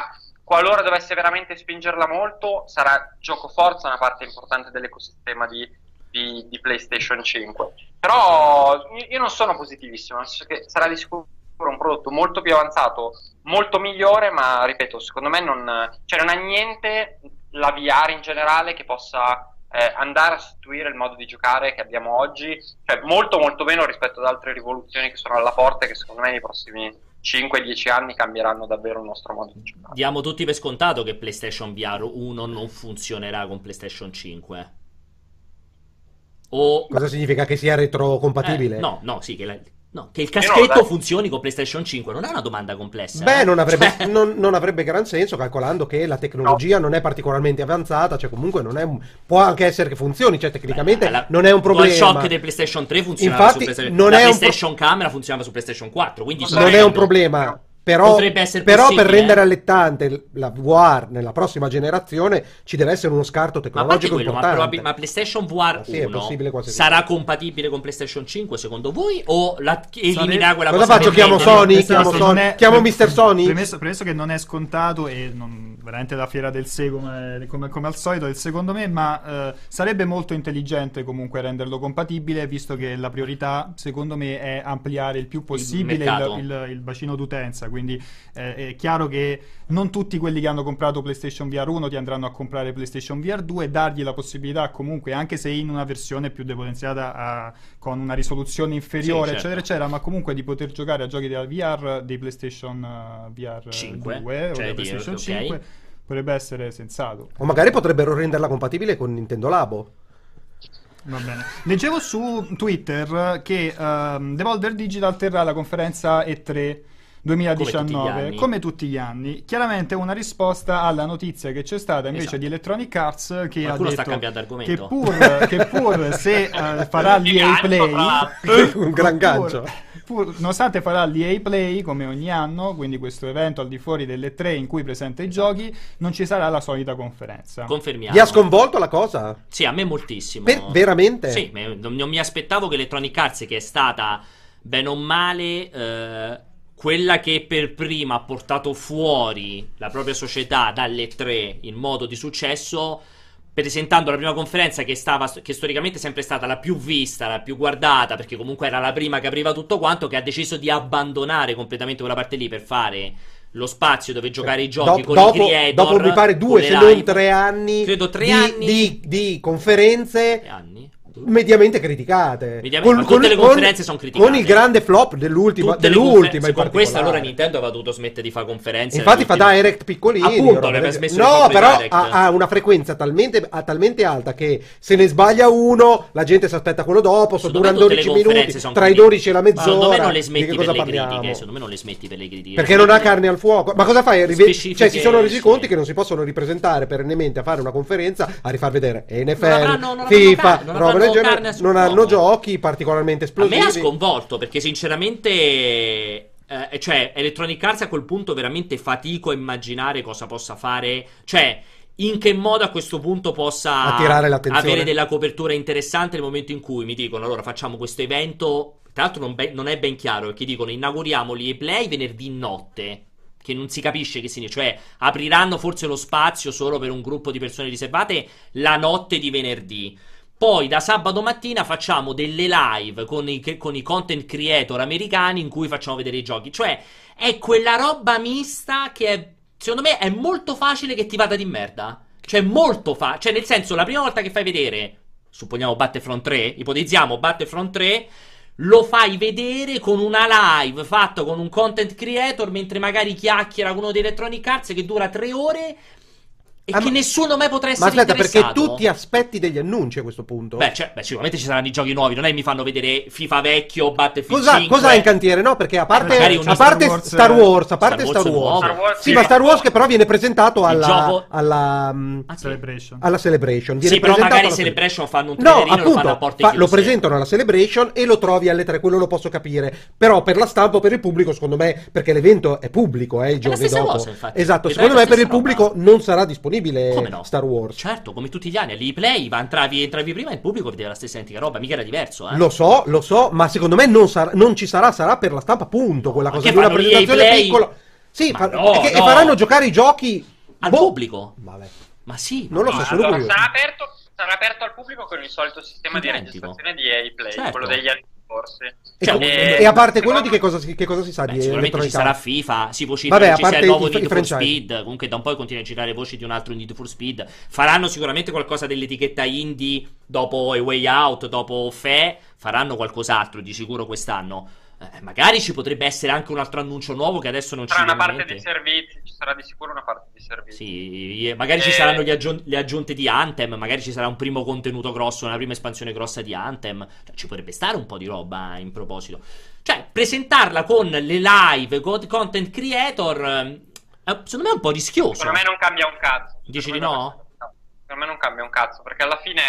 qualora dovesse veramente spingerla molto, sarà gioco forza una parte importante dell'ecosistema di, di, di PlayStation cinque. Però io non sono positivissimo, nel senso che sarà di sicuro un prodotto molto più avanzato, molto migliore, ma ripeto, secondo me non, cioè non ha niente la V R in generale che possa eh, andare a sostituire il modo di giocare che abbiamo oggi, cioè molto molto meno rispetto ad altre rivoluzioni che sono alla porta e che secondo me nei prossimi cinque dieci anni cambieranno davvero il nostro modo di giocare. Diamo tutti per scontato che PlayStation V R uno non funzionerà con PlayStation cinque. O... Cosa significa? Che sia retrocompatibile? Eh, no, no, sì, che, la... no, che il caschetto funzioni con PlayStation cinque. Non è una domanda complessa. Beh, eh? non, avrebbe, cioè... non, non avrebbe gran senso, calcolando che la tecnologia no. non è particolarmente avanzata, cioè comunque non è un... può anche essere che funzioni, cioè tecnicamente Beh, la... non è un problema. Il DualShock del PlayStation tre funzionava Infatti, su PlayStation non la è PlayStation un pro... Camera funzionava su PlayStation quattro, quindi non è un problema. Però, però per rendere eh? allettante la V R nella prossima generazione ci deve essere uno scarto tecnologico ma quello, importante. Ma, probabil- ma PlayStation V R sì, uno sarà compatibile con PlayStation cinque secondo voi? O la- elimina quella cosa? Cosa faccio? Chiamo Sony? Chiamo, Sony? È, chiamo mister Sony? Premesso, premesso che non è scontato e non, veramente la fiera del sé come, come, come al solito è secondo me, ma eh, sarebbe molto intelligente comunque renderlo compatibile, visto che la priorità secondo me è ampliare il più possibile il, il, il, il bacino d'utenza, quindi eh, è chiaro che non tutti quelli che hanno comprato PlayStation V R uno ti andranno a comprare PlayStation V R due, dargli la possibilità comunque, anche se in una versione più depotenziata a, con una risoluzione inferiore, sì, certo. eccetera eccetera, ma comunque di poter giocare a giochi della V R dei PlayStation uh, V R cinque due cioè o PlayStation okay. cinque potrebbe essere sensato. O magari potrebbero renderla compatibile con Nintendo Labo. Va bene. Leggevo su Twitter che um, Devolver Digital terrà la conferenza E tre duemiladiciannove come tutti gli anni, chiaramente una risposta alla notizia che c'è stata invece esatto. di Electronic Arts che Qualcuno ha detto sta cambiando argomento. che pur, che pur se uh, farà l'E A Play un gran gancio pur, pur, nonostante farà l'E A Play come ogni anno, quindi questo evento al di fuori delle tre in cui presenta i giochi, non ci sarà la solita conferenza. Confermiamo. Vi ha sconvolto la cosa? Sì, a me moltissimo. Per, veramente? Sì, non, non mi aspettavo che Electronic Arts, che è stata bene o male eh, quella che per prima ha portato fuori la propria società dalle tre in modo di successo, presentando la prima conferenza che stava che storicamente è sempre stata la più vista, la più guardata, perché comunque era la prima che apriva tutto quanto, che ha deciso di abbandonare completamente quella parte lì per fare lo spazio dove giocare i giochi Do- con dopo, i creator, dopo mi pare due se non tre anni credo tre di, anni di, di conferenze tre anni mediamente criticate. Mediamente, con, ma tutte con, le conferenze con, sono criticate. Con il grande flop dell'ultima, dell'ultima in con questa allora Nintendo aveva dovuto smettere di fare conferenze. Infatti fa direct piccolini. Appunto, l'aveva smesso no, di però ha, ha una frequenza talmente, ha, talmente alta che se ne sbaglia uno, la gente si aspetta quello dopo. So, durano dodici minuti, tra i dodici e la mezz'ora. Secondo me non le smetti di che per cosa le parliamo? critiche. Secondo me non le smetti per le critiche. Perché non ha carne al fuoco. Ma cosa fai? Rive- Specifiche, cioè, si sono resi sì. conti che non si possono ripresentare perennemente a fare una conferenza a rifar vedere N F L, non avranno, non FIFA, car- non roba del genere. Non hanno fuoco. giochi particolarmente esplosivi. A me ha sconvolto perché sinceramente eh, cioè Electronic Arts a quel punto veramente fatico a immaginare cosa possa fare, cioè in che modo a questo punto possa attirare l'attenzione, avere della copertura interessante nel momento in cui mi dicono allora facciamo questo evento, tra l'altro non, be- non è ben chiaro perché dicono inauguriamo l'E A Play venerdì notte, che non si capisce che significa, cioè apriranno forse lo spazio solo per un gruppo di persone riservate la notte di venerdì. Poi da sabato mattina facciamo delle live con i, con i content creator americani in cui facciamo vedere i giochi. Cioè è quella roba mista che è, secondo me è molto facile che ti vada di merda. Cioè molto facile. Cioè nel senso la prima volta che fai vedere, supponiamo Battlefront tre, ipotizziamo Battlefront tre, lo fai vedere con una live fatta con un content creator mentre magari chiacchiera con uno di Electronic Arts che dura tre ore... E ah, che ma, nessuno mai potrà essere ma aspetta, interessato. Perché tu ti aspetti degli annunci a questo punto? Beh, cioè, beh, sicuramente ci saranno i giochi nuovi. Non è che mi fanno vedere FIFA vecchio, Battlefield cosa, cinque. Cosa hai in cantiere? No, perché a parte, a parte Star Wars, Star Wars, a parte Star Star Wars, Star Wars sì, ma Star Wars che però viene presentato alla gioco... alla, um, ah, sì. Celebration. alla Celebration. Viene sì, però magari alla Celebration fanno un no, trailerino appunto, lo fanno a porte fa, chiuse. lo presentano alla Celebration e lo trovi alle tre, quello lo posso capire. Però per la stampa o per il pubblico, secondo me, perché l'evento è pubblico, eh, i giorni dopo. Cosa, infatti. Esatto, Vedrai secondo me per il roba. pubblico non sarà disponibile Come no? Star Wars. Certo, come tutti gli anni, all'E Play va, entravi, entravi prima e il pubblico vedeva la stessa identica roba, mica era diverso, eh. Lo so, lo so, ma secondo me non, sarà, non ci sarà, sarà per la stampa, punto, quella Ma cosa che di una fanno presentazione l'E A Play? piccola. Sì, Ma fa- no, e, che- no. e faranno giocare i giochi Al Boh. pubblico. Vabbè. Ma sì. Non lo ma- so, sono Allora, curioso. sarà aperto, sarà aperto al pubblico con il solito sistema di Identico. registrazione di E A Play, Certo. quello degli anni scorsi. E, Cioè, com- eh, e a parte quello, secondo- di che cosa, si- che cosa si sa Beh, di sicuramente ci Electronic sarà Arts? FIFA, si vocifera Vabbè, a ci sia parte il nuovo i- i Need for franchise. Speed, comunque da un po' continua a girare voci di un altro Need for Speed. Faranno sicuramente qualcosa dell'etichetta indie dopo A Way Out, dopo Fe, faranno qualcos'altro di sicuro quest'anno. Eh, magari ci potrebbe essere anche un altro annuncio nuovo che adesso non ci Sarà una viene in parte mente. di servizi, ci sarà di sicuro una parte di servizi. Sì, eh, magari ci Eh. saranno gli aggiun- le aggiunte di Anthem, magari ci sarà un primo contenuto grosso, una prima espansione grossa di Anthem. Cioè, ci potrebbe stare un po' di roba in proposito. Cioè, presentarla con le live, con content creator, eh, secondo me è un po' rischioso. Per me non cambia un cazzo. Dici Per di me no? non- Per me non cambia un cazzo, perché alla fine,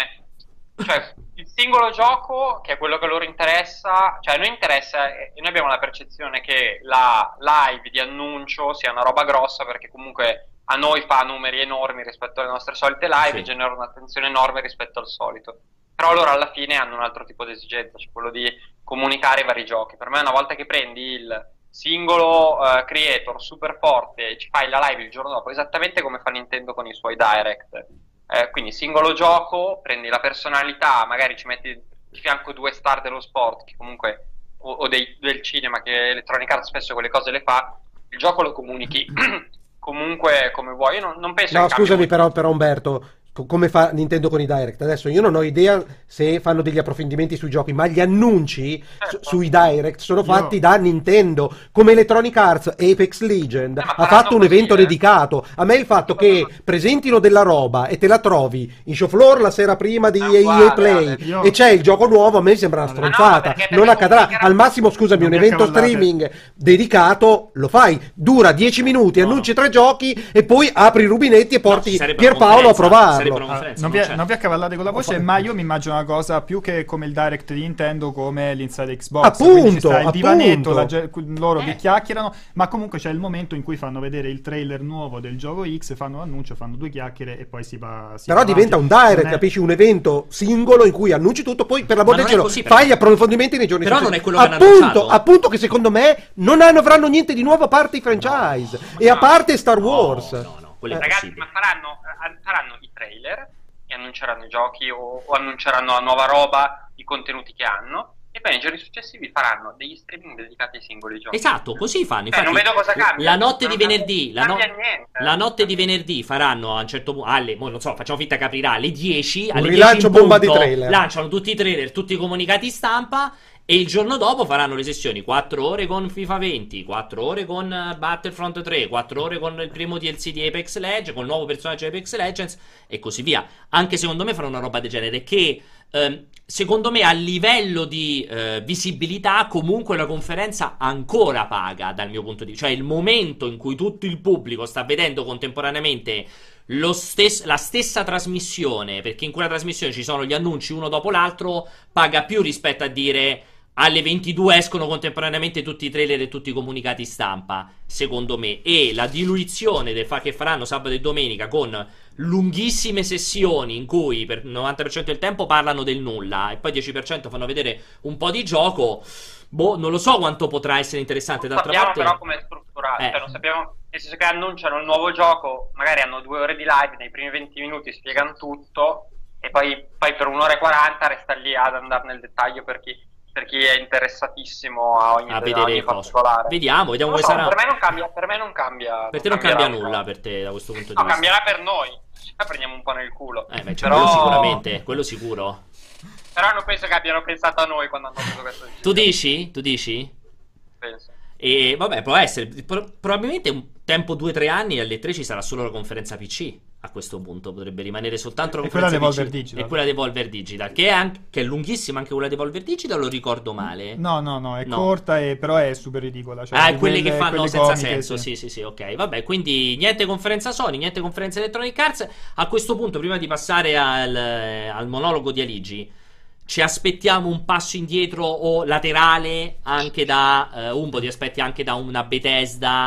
cioè, il singolo gioco, che è quello che loro interessa, cioè a noi interessa, e noi abbiamo la percezione che la live di annuncio sia una roba grossa, perché comunque a noi fa numeri enormi rispetto alle nostre solite live, Sì. genera un'attenzione enorme rispetto al solito. Però loro alla fine hanno un altro tipo di esigenza, cioè quello di comunicare i vari giochi. Per me una volta che prendi il singolo uh, creator super forte e ci fai la live il giorno dopo, esattamente come fa Nintendo con i suoi direct, eh, quindi singolo gioco, prendi la personalità, magari ci metti di fianco due star dello sport, che comunque o, o dei, del cinema, che Electronic Arts spesso quelle cose le fa, il gioco lo comunichi comunque come vuoi. Io non, non penso No, che cambi scusami molto. però, però Umberto, co- come fa Nintendo con i Direct? Adesso io non ho idea se fanno degli approfondimenti sui giochi, ma gli annunci su- Certo. sui Direct sono Io- fatti da Nintendo, come Electronic Arts Apex Legend Eh, ma ha faranno fatto un così, evento eh. dedicato. A me il fatto che presentino della roba e te la trovi in show floor la sera prima di È E A uguale, Play Ale. Io- e c'è il gioco nuovo, a me sembra una Ma no, ma stronzata. perché- perché Non accadrà. comunicheranno- Al massimo, scusami, Non un vi evento accavallate. streaming dedicato lo fai, dura dieci minuti, No, no. annunci tre giochi e poi apri i rubinetti e No, porti ci sarebbe una Pierpaolo a conferenza, sarebbe provarlo. una Ah, conferenza, non, vi, non c'è. non vi accavallate con la voce, ma io mi immagino una cosa più che come il direct di Nintendo, come l'Inside Xbox. Appunto, Quindi ci sta il appunto. divanetto, la ge- loro Eh. che chiacchierano, ma comunque c'è il momento in cui fanno vedere il trailer nuovo del gioco X, fanno l'annuncio, fanno due chiacchiere e poi si va. si Però va diventa un avanti. direct, Non è- capisci? Un evento singolo in cui annunci tutto, poi per l'amor Ma del non è cielo così, perché- fai gli approfondimenti nei giorni Però non successivi. è quello che hanno appunto, annunciato. appunto che secondo me non hanno- avranno niente di nuovo a parte i franchise e a no. parte Star No, Wars. no, no, quello è Eh, Ragazzi, possibile. ma faranno, eh, faranno i trailer e annunceranno i giochi o, o annunceranno la nuova roba, i contenuti che hanno, e poi nei giorni successivi faranno degli streaming dedicati ai singoli giochi. Esatto, così fanno. Cioè, non Infatti, vedo cosa cambia. la notte di Non venerdì, la, no- cambia niente. la notte di venerdì faranno a un certo punto, alle, mo non so, facciamo finta che aprirà alle dieci, Un alle rilancio dieci in bomba di punto, trailer. lanciano tutti i trailer, tutti i comunicati stampa. E il giorno dopo faranno le sessioni quattro ore con FIFA venti, quattro ore con eh, Battlefront tre, quattro ore con il primo D L C di Apex Legends, con il nuovo personaggio di Apex Legends e così via. Anche secondo me faranno una roba del genere che ehm, secondo me a livello di eh, visibilità comunque la conferenza ancora paga dal mio punto di vista. Cioè il momento in cui tutto il pubblico sta vedendo contemporaneamente lo stes- la stessa trasmissione, perché in quella trasmissione ci sono gli annunci uno dopo l'altro, paga più rispetto a dire alle ventidue escono contemporaneamente tutti i trailer e tutti i comunicati stampa, secondo me. E la diluizione del fa- che faranno sabato e domenica con lunghissime sessioni in cui per il novanta per cento del tempo parlano del nulla e poi dieci per cento fanno vedere un po' di gioco, boh, non lo so quanto potrà essere interessante. Non D'altra sappiamo parte, però come è strutturato, Eh. cioè non sappiamo, nel senso che annunciano il nuovo gioco, magari hanno due ore di live, nei primi venti minuti spiegano tutto e poi, poi per un'ora e quaranta resta lì ad andare nel dettaglio per chi, per chi è interessatissimo a ogni, a a vedere ogni le cose. particolare. Vediamo, vediamo Non lo come so, sarà. per me non cambia, per me non cambia. Per te non cambia cambierà nulla, un po'. per te, da questo punto di No, vista. cambierà per noi. Poi prendiamo un po' nel culo. Eh, beh, cioè, però, quello sicuramente, quello sicuro. però non penso che abbiano pensato a noi quando hanno preso questa decisione. Tu dici? Tu dici? Penso. E vabbè, può essere. Pro- probabilmente un tempo due tre anni alle tre ci sarà solo la conferenza P C. A questo punto potrebbe rimanere soltanto la E quella conferenza di P C Volver Digital. e quella di Volver Digital, che è, anche, che è lunghissima anche quella di Volver Digital, lo ricordo male? No, no, no, è No. corta, e, però è super ridicola. Cioè, Ah, di quelle che quelle- fanno quelle senza comiche, senso, sì, sì, sì, ok. Vabbè, quindi niente conferenza Sony, niente conferenza Electronic Arts. A questo punto, prima di passare al, al monologo di Aligi, ci aspettiamo un passo indietro o laterale anche da uh, un po' di aspetti anche da una Bethesda,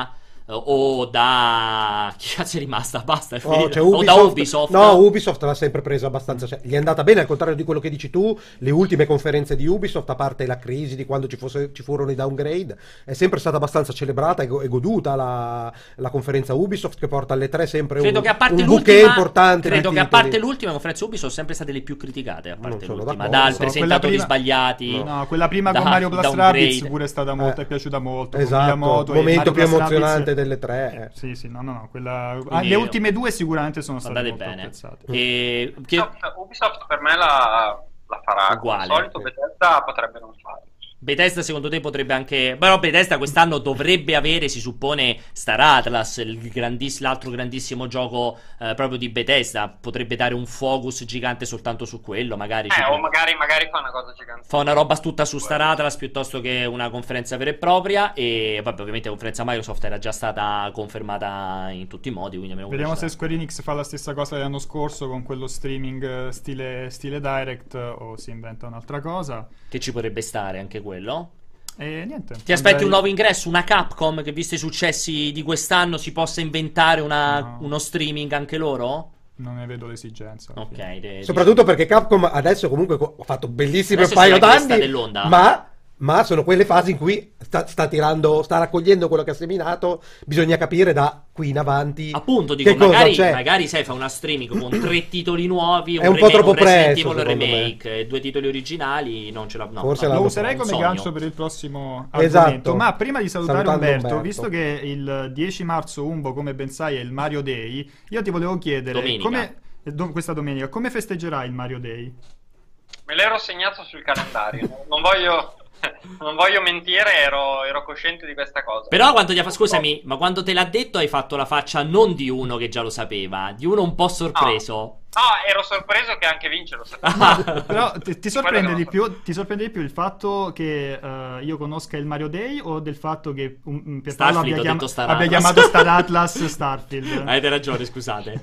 o da chi cazzo è rimasta? Basta, è Oh, finito. cioè o da Ubisoft, Ubisoft. no, Ubisoft l'ha sempre presa abbastanza, cioè, gli è andata bene, al contrario di quello che dici tu. Le ultime conferenze di Ubisoft, a parte la crisi di quando ci, fosse, ci furono i downgrade, è sempre stata abbastanza celebrata e, go- e goduta la, la conferenza Ubisoft, che porta alle tre sempre Credo un, che a parte un l'ultima, bouquet importante. credo di che a titoli. parte l'ultima conferenza Ubisoft sono sempre state le più criticate, a parte sono l'ultima, d'accordo. dal So, presentatori prima- sbagliati. No, quella prima da- con Mario Plus downgrade. Rabbids pure è stata molto, Eh. è piaciuta molto. Esatto, con Miyamoto e momento Mario più Plus emozionante Rabbids. delle tre. eh. Sì, sì, no, no, no, quella... ah, Quindi le ultime due sicuramente sono sono state andate molto bene. apprezzate. E che- Ubisoft, Ubisoft per me la, la farà Uguale. come al solito, Bethesda potrebbe non farlo. Bethesda secondo te potrebbe anche... Però Bethesda quest'anno dovrebbe avere, si suppone, Star Atlas, il grandiss- l'altro grandissimo gioco eh, proprio di Bethesda. Potrebbe dare un focus gigante soltanto su quello, magari. ci Eh, può- o magari, magari fa una cosa gigante. Fa una roba tutta su Star Atlas piuttosto che una conferenza vera e propria. E vabbè, ovviamente la conferenza Microsoft era già stata confermata in tutti i modi, quindi almeno Vediamo quello se ci Square Enix fa la stessa cosa dell'anno scorso con quello streaming eh, stile, stile Direct, o si inventa un'altra cosa. sta. Che ci potrebbe stare anche quello. E niente. Ti aspetti andrei- un nuovo ingresso, una Capcom che visto i successi di quest'anno si possa inventare una- No. uno streaming anche loro? Non ne vedo l'esigenza. Ok, de- Soprattutto perché Capcom adesso comunque co- ha fatto bellissime Adesso paio sulla cresta d'anni, dell'onda. ma, ma sono quelle fasi in cui sta, sta tirando, sta raccogliendo quello che ha seminato. Bisogna capire da qui in avanti Appunto, dico, che cosa magari, c'è. magari sai, fa una streaming con tre titoli nuovi, È un po' remake, troppo Resident presto, Evil secondo remake, e due titoli originali, non ce la... No, Forse no, l'hanno Lo no, userei un come sogno. gancio per il prossimo Esatto. argomento. Ma prima di salutare Salutando Umberto, Umberto. visto che il dieci marzo Umbo, come ben sai, è il Mario Day, io ti volevo chiedere Domenica. come eh, do- questa domenica come festeggerai il Mario Day? Me l'ero segnato sul calendario. Non voglio, non voglio mentire, ero, ero cosciente di questa cosa. Però quando ti ha fatto, scusami, ma quando te l'ha detto hai fatto la faccia non di uno che già lo sapeva, di uno un po' sorpreso. No, ero sorpreso che anche Vince lo sapeva. Però ti, ti sorprende Quello di no. più ti sorprende di più il fatto che eh, io conosca il Mario Day, o del fatto che um, um, Pierpaolo Starfield, abbia, ho chiam- detto Star abbia Atlas. chiamato Star Atlas Starfield? Avete ragione, scusate.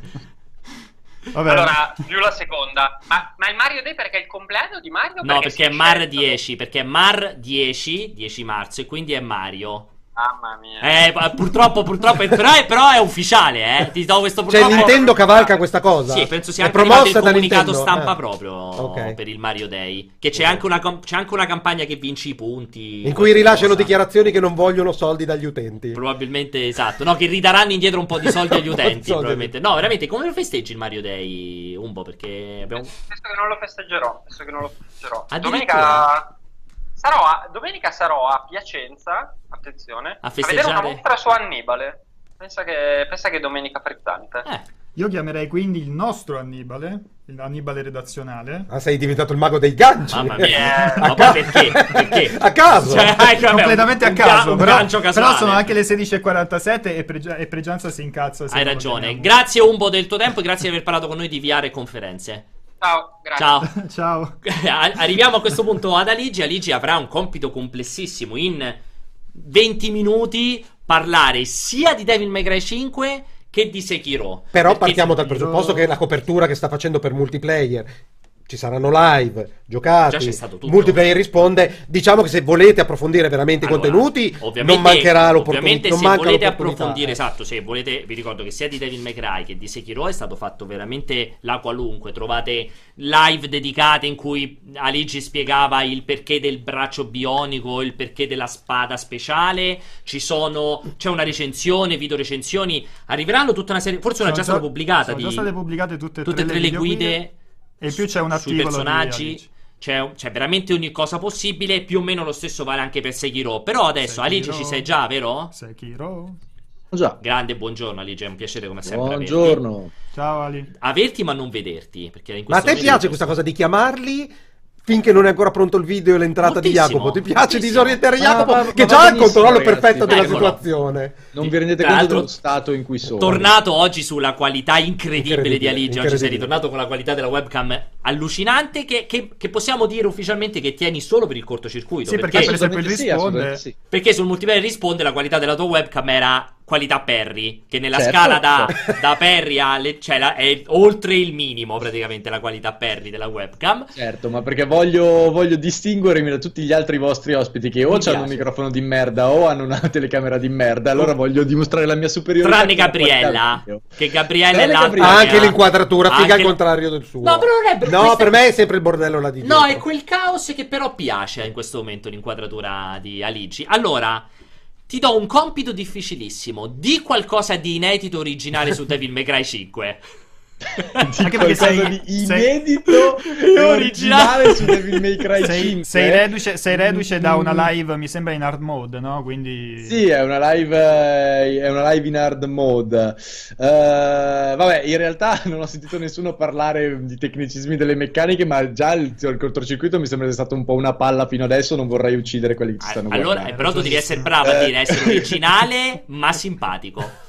Vabbè. Allora, più la seconda. Ma, ma il Mario Day perché è il compleanno di Mario? No, perché è si Mar scelgono? dieci, perché è Mar dieci, dieci marzo, e quindi è Mario. Mamma mia. Eh, p- purtroppo, purtroppo, però è, però è ufficiale, eh. Ti do questo Cioè purtroppo. Nintendo cavalca questa cosa? Sì, penso sia È anche arrivato il promossa da comunicato Nintendo? stampa Eh. proprio Ok. per il Mario Day. Che c'è, anche una, com- c'è anche una campagna che vinci i punti. In cui qualche rilasciano cosa. dichiarazioni che non vogliono soldi dagli utenti. Probabilmente esatto. No, che ridaranno indietro un po' di soldi agli Un po' di utenti. soldi. Probabilmente. No, veramente, come lo festeggi il Mario Day, Umbo? Perché abbiamo. Penso che non lo festeggerò. Penso che non lo festeggerò. Addirittura? Domenica sarò a, domenica sarò a Piacenza. Attenzione. A A vedere festeggiare? una mostra su Annibale. Pensa che, pensa che domenica frizzante. Eh. Io chiamerei quindi il nostro Annibale, il Annibale redazionale. Ah, sei diventato il mago dei ganci. Mamma mia. Eh, Ma poi perché? Perché? A caso. Cioè, eh, vabbè, Completamente a un ga- caso, un però, gancio casuale. però sono anche le sedici e quarantasette e, Pregia- e Pregianza si incazza. se Hai non lo ragione. teniamo. Grazie Umbo del tuo tempo e grazie di aver parlato con noi di V R e conferenze. Ciao, grazie. Ciao. Ciao. Arriviamo a questo punto ad Aligi. Aligi avrà un compito complessissimo in venti minuti parlare sia di Devil May Cry cinque che di Sekiro. Però Perché partiamo dal Sekiro- presupposto che la copertura che sta facendo per multiplayer, ci saranno live, giocati, Già c'è stato tutto. multiplayer risponde. Diciamo che se volete approfondire veramente i Allora, contenuti, ovviamente- non mancherà l'opportunità. Ovviamente non se manca volete l'opportunità, approfondire, eh. esatto, se volete, vi ricordo che sia di Devil May Cry che di Sekiro è stato fatto veramente la qualunque. Trovate live dedicate in cui Aligi spiegava il perché del braccio bionico, il perché della spada speciale. Ci sono, c'è una recensione, video recensioni. Arriveranno tutta una serie, forse una Sono già stata pubblicata sono di già state pubblicate tutte e tutte e tre, tre le video guide. E in più c'è un sui articolo personaggi. di Alice. C'è, c'è veramente ogni cosa possibile. Più o meno lo stesso vale anche per Sekiro. Però adesso, Sekiro. Aligi, ci sei già, vero? Sekiro. Già. Grande, buongiorno Aligi, è un piacere come sempre averti. Buongiorno. Ciao Ali. Averti ma non vederti, perché in Ma a questo te momento- piace questa cosa di chiamarli finché non è ancora pronto il video e l'entrata di Moltissimo, Jacopo? Ti piace moltissimo. disorientare Ma- Jacopo ma- ma che va già ha il benissimo, controllo ragazzi. perfetto della Eccolo. situazione? Non vi rendete Tra conto l'altro, dello stato in cui sono. Tornato oggi sulla qualità incredibile, Incredibile, di Aligi. Oggi sei incredibile. ritornato con la qualità della webcam allucinante. Che, che- che possiamo dire ufficialmente che tieni solo per il cortocircuito. Sì, perché perché, per esempio Assolutamente sì, risponde- assolutamente sì. perché sul multiplayer risponde la qualità della tua webcam era qualità Perry, che nella Certo, scala da, certo. da Perry a le- cioè la- è oltre il minimo praticamente la qualità Perry della webcam. Certo, ma perché voglio, voglio distinguermi da tutti gli altri vostri ospiti che o Mi hanno piace. un microfono di merda o hanno una telecamera di merda, allora voglio dimostrare la mia superiorità. Tranne con la qualità Gabriella, video. che Gabriella è Tranne l'altra. Gabriella. Anche l'inquadratura, figa Anche- al contrario del suo. No, però non è No, questa- per me è sempre il bordello là di dietro. No, è quel caos che però piace in questo momento l'inquadratura di Aligi. Allora, ti do un compito difficilissimo. Di qualcosa di inedito originale su Devil May Cry cinque. Anche perché Qualcosa sei- di sei- inedito e originale su Devil May Cry Sei, cinque. sei reduce, sei reduce da Mm. una live, mi sembra in hard mode, no? Quindi... Sì, è una live, eh, è una live in hard mode. Eh, vabbè, in realtà non ho sentito nessuno parlare di tecnicismi delle meccaniche, ma già il, il cortocircuito mi sembra sia stato un po' una palla fino adesso. Non vorrei uccidere quelli che ci stanno Allora, guardando. eh, però tu devi essere bravo a Eh. dire essere originale ma simpatico.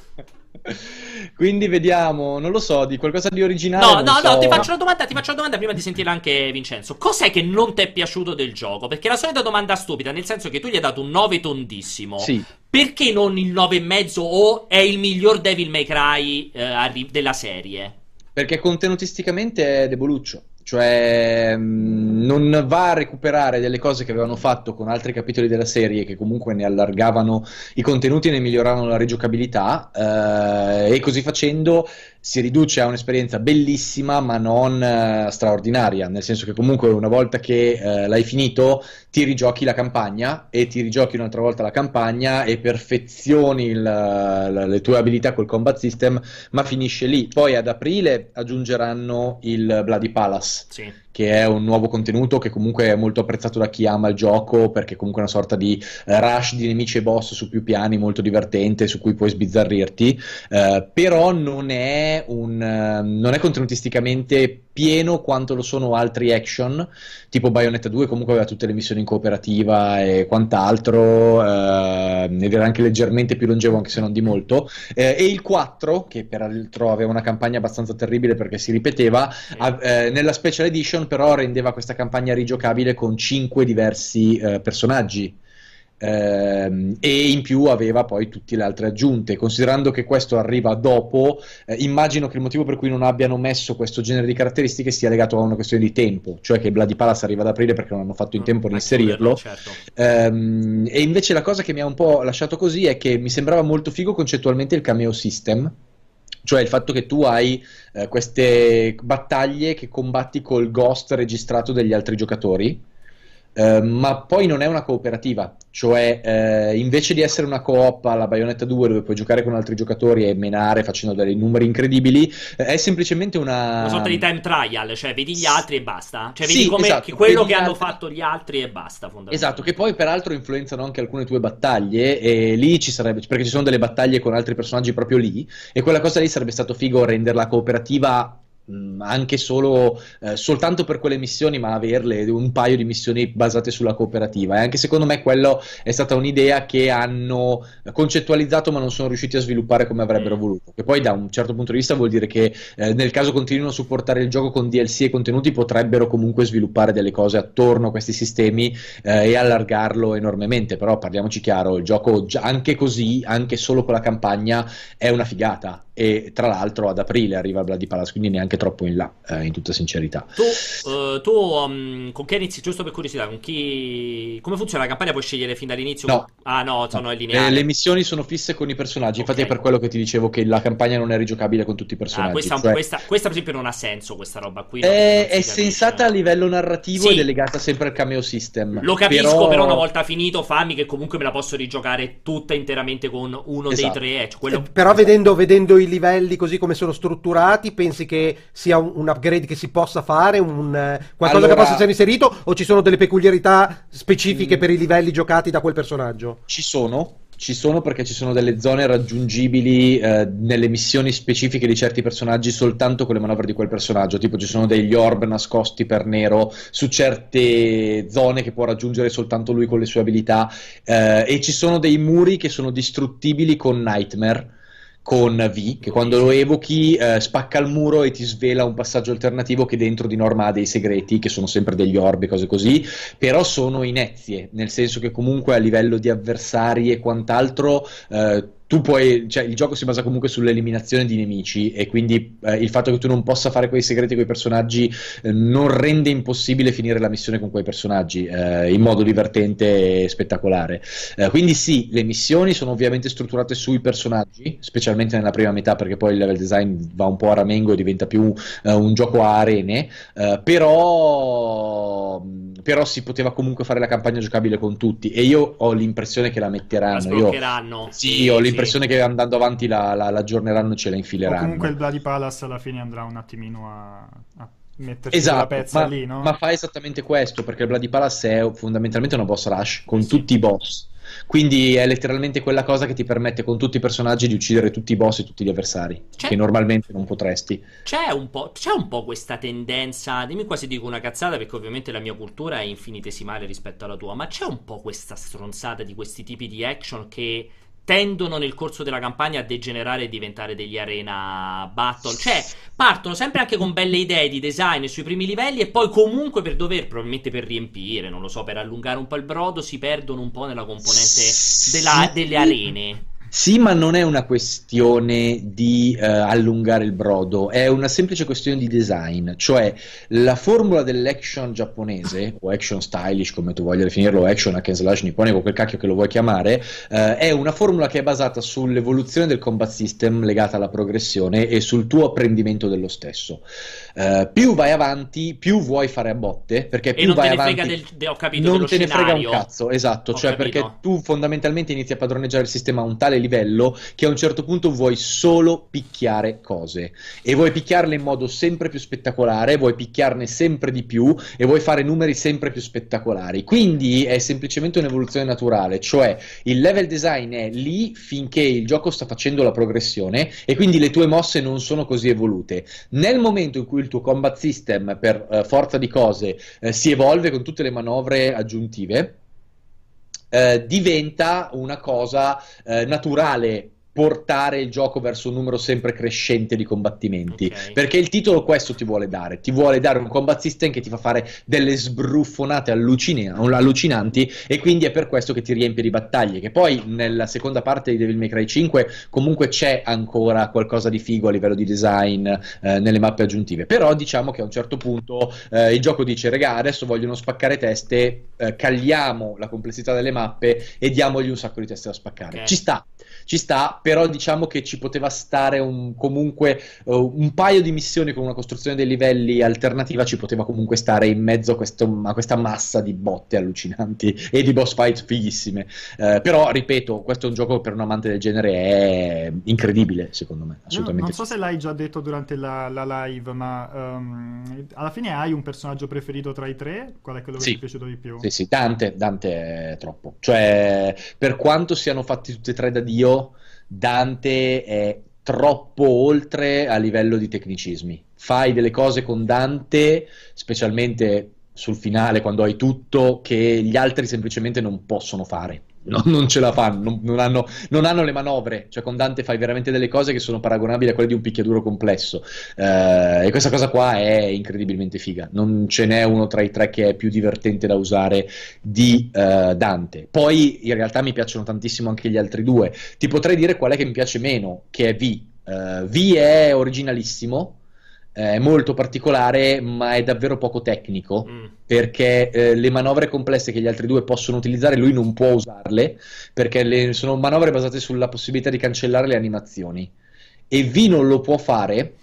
Quindi vediamo, non lo so, di qualcosa di originale. No, non no, so. no, ti faccio una domanda, ti faccio una domanda prima di sentire anche Vincenzo. Cos'è che non ti è piaciuto del gioco? Perché è la solita domanda stupida, nel senso che tu gli hai dato un nove tondissimo. Sì. Perché non il nove e mezzo o è il miglior Devil May Cry eh, arri- della serie? Perché contenutisticamente è deboluccio, cioè mh, non va a recuperare delle cose che avevano fatto con altri capitoli della serie che comunque ne allargavano i contenuti e ne miglioravano la rigiocabilità, eh, e così facendo si riduce a un'esperienza bellissima ma non eh, straordinaria, nel senso che comunque una volta che eh, l'hai finito ti rigiochi la campagna e ti rigiochi un'altra volta la campagna e perfezioni il- la- le tue abilità col combat system, ma finisce lì. Poi ad aprile aggiungeranno il Bloody Palace, Sì. che è un nuovo contenuto che comunque è molto apprezzato da chi ama il gioco, perché comunque è una sorta di eh, rush di nemici e boss su più piani molto divertente, su cui puoi sbizzarrirti, eh, però non è un eh, non è contenutisticamente pieno quanto lo sono altri action, tipo Bayonetta due comunque aveva tutte le missioni in cooperativa e quant'altro, eh, ed era anche leggermente più longevo anche se non di molto, eh, e il quattro, che peraltro aveva una campagna abbastanza terribile perché si ripeteva, a- eh, nella Special Edition però rendeva questa campagna rigiocabile con cinque diversi eh, personaggi. Ehm, e in più aveva poi tutte le altre aggiunte. Considerando che questo arriva dopo, eh, immagino che il motivo per cui non abbiano messo questo genere di caratteristiche sia legato a una questione di tempo, cioè che Bloody Palace arriva ad aprile perché non hanno fatto in tempo di Ah, inserirlo. certo. Ehm, e invece la cosa che mi ha un po' lasciato così è che mi sembrava molto figo concettualmente il cameo system, cioè il fatto che tu hai eh, queste battaglie che combatti col ghost registrato degli altri giocatori. Uh, ma poi non è una cooperativa, cioè uh, invece di essere una co-op alla Bayonetta due dove puoi giocare con altri giocatori e menare facendo dei numeri incredibili, uh, è semplicemente una... Una sorta di time trial, cioè vedi gli altri e basta. Cioè Sì, vedi come esatto, che quello vedi che gli hanno altri. fatto gli altri e basta, fondamentalmente. Esatto, che poi peraltro influenzano anche alcune tue battaglie, e lì ci sarebbe, perché ci sono delle battaglie con altri personaggi proprio lì, e quella cosa lì sarebbe stato figo renderla cooperativa mh, anche solo eh, soltanto per quelle missioni, ma averle un paio di missioni basate sulla cooperativa. E anche secondo me quello è stata un'idea che hanno concettualizzato ma non sono riusciti a sviluppare come avrebbero voluto, che poi da un certo punto di vista vuol dire che eh, nel caso continuino a supportare il gioco con D L C e contenuti potrebbero comunque sviluppare delle cose attorno a questi sistemi eh, e allargarlo enormemente. Però parliamoci chiaro, il gioco già, anche così, anche solo con la campagna, è una figata, e tra l'altro ad aprile arriva Bloody Palace, quindi neanche troppo in là, eh, in tutta sincerità. Tu, eh, tu um, con chi inizi, giusto per curiosità, con chi... come funziona la campagna? Puoi scegliere fin dall'inizio? No. Ah no, sono No. lineari. Eh, le missioni sono fisse con i personaggi, infatti Ok. è per quello che ti dicevo che la campagna non è rigiocabile con tutti i personaggi. Ah, questa, cioè- questa, questa per esempio non ha senso, questa roba qui. non- È, non si è capisce. sensata a livello narrativo Sì. ed è legata sempre al cameo system. Lo capisco, però... una volta finito fammi che comunque me la posso rigiocare tutta interamente con uno Esatto. dei tre. Cioè quello... Eh, Però vedendo, vedendo i livelli così come sono strutturati, pensi che sia un, un upgrade che si possa fare, un, eh, qualcosa Allora- che possa essere inserito, o ci sono delle peculiarità specifiche Mm. per i livelli giocati da quel personaggio? Ci sono, ci sono perché ci sono delle zone raggiungibili eh, nelle missioni specifiche di certi personaggi soltanto con le manovre di quel personaggio, tipo ci sono degli orb nascosti per nero su certe zone che può raggiungere soltanto lui con le sue abilità, eh, e ci sono dei muri che sono distruttibili con Nightmare, con V, che quando lo evochi eh, spacca il muro e ti svela un passaggio alternativo che dentro di norma ha dei segreti, che sono sempre degli orbi e cose così, però sono inezie, nel senso che comunque a livello di avversari e quant'altro eh, tu puoi, cioè il gioco si basa comunque sull'eliminazione di nemici e quindi eh, il fatto che tu non possa fare quei segreti con i personaggi eh, non rende impossibile finire la missione con quei personaggi eh, in modo divertente e spettacolare. Eh, quindi sì, le missioni sono ovviamente strutturate sui personaggi, specialmente nella prima metà, perché poi il level design va un po' a ramengo e diventa più eh, un gioco a arene, eh, però però si poteva comunque fare la campagna giocabile con tutti e io ho l'impressione che la metteranno. La sbloccheranno. Io, sì, ho l'impressione sì. che andando avanti la, la, la aggiorneranno e ce la O infileranno. comunque il Bloody Palace alla fine andrà un attimino a, a metterci Esatto, la pezza ma, lì, no? ma fa esattamente questo, perché il Bloody Palace è fondamentalmente una boss rush con Sì. tutti i boss. Quindi è letteralmente quella cosa che ti permette con tutti i personaggi di uccidere tutti i boss e tutti gli avversari, C'è- che normalmente non potresti. C'è un po', c'è un po' questa tendenza, dimmi quasi dico una cazzata perché ovviamente la mia cultura è infinitesimale rispetto alla tua, ma c'è un po' questa stronzata di questi tipi di action che tendono nel corso della campagna a degenerare e diventare degli arena battle, cioè partono sempre anche con belle idee di design sui primi livelli e poi comunque per dover, probabilmente per riempire, non lo so, per allungare un po' il brodo, si perdono un po' nella componente della- delle arene. Sì, ma non è una questione di eh, allungare il brodo, è una semplice questione di design, cioè la formula dell'action giapponese, o action stylish come tu voglia definirlo, o action hack and slash nipponico, quel cacchio che lo vuoi chiamare, eh, è una formula che è basata sull'evoluzione del combat system legata alla progressione e sul tuo apprendimento dello stesso. Eh, più vai avanti, più vuoi fare a botte, perché E più non te vai ne avanti... frega del, de- ho capito, non dello te ne frega un scenario. cazzo, esatto, Ho cioè capito. perché tu fondamentalmente inizi a padroneggiare il sistema a un tale livello che a un certo punto vuoi solo picchiare cose e vuoi picchiarle in modo sempre più spettacolare, vuoi picchiarne sempre di più e vuoi fare numeri sempre più spettacolari, quindi è semplicemente un'evoluzione naturale, cioè il level design è lì finché il gioco sta facendo la progressione e quindi le tue mosse non sono così evolute. Nel momento in cui il tuo combat system per eh, forza di cose eh, si evolve con tutte le manovre aggiuntive, eh, diventa una cosa eh, naturale portare il gioco verso un numero sempre crescente di combattimenti, Ok. perché il titolo questo ti vuole dare, ti vuole dare un combat system che ti fa fare delle sbruffonate allucina- allucinanti e quindi è per questo che ti riempie di battaglie, che poi nella seconda parte di Devil May Cry cinque comunque c'è ancora qualcosa di figo a livello di design eh, nelle mappe aggiuntive, però diciamo che a un certo punto eh, il gioco dice regà adesso vogliono spaccare teste, eh, cagliamo la complessità delle mappe e diamogli un sacco di teste da spaccare. Ok. Ci sta, ci sta, però diciamo che ci poteva stare un, comunque uh, un paio di missioni con una costruzione dei livelli alternativa, ci poteva comunque stare in mezzo a, questo, a questa massa di botte allucinanti e di boss fight fighissime. Uh, però ripeto, questo è un gioco per un amante del genere è incredibile, secondo me, Io assolutamente. non so se l'hai già detto durante la, la live, ma ehm, alla fine hai un personaggio preferito tra i tre? Qual è quello che Sì. ti è piaciuto di più? Sì, sì, Dante, Dante è troppo. Cioè, per quanto siano fatti tutti e tre da Dio, Dante è troppo oltre a livello di tecnicismi. Fai delle cose con Dante, specialmente sul finale, quando hai tutto, che gli altri semplicemente non possono fare. No, non ce la fanno, non, non hanno, non hanno le manovre. Cioè, con Dante fai veramente delle cose che sono paragonabili a quelle di un picchiaduro complesso. Eh, e questa cosa qua è incredibilmente figa. Non ce n'è uno tra i tre che è più divertente da usare di eh, Dante. Poi in realtà mi piacciono tantissimo anche gli altri due. Ti potrei dire qual è che mi piace meno, che è V. Eh, V è originalissimo, è molto particolare, ma è davvero poco tecnico, Mm. perché eh, le manovre complesse che gli altri due possono utilizzare lui non può usarle, perché le- sono manovre basate sulla possibilità di cancellare le animazioni, e V non lo può fare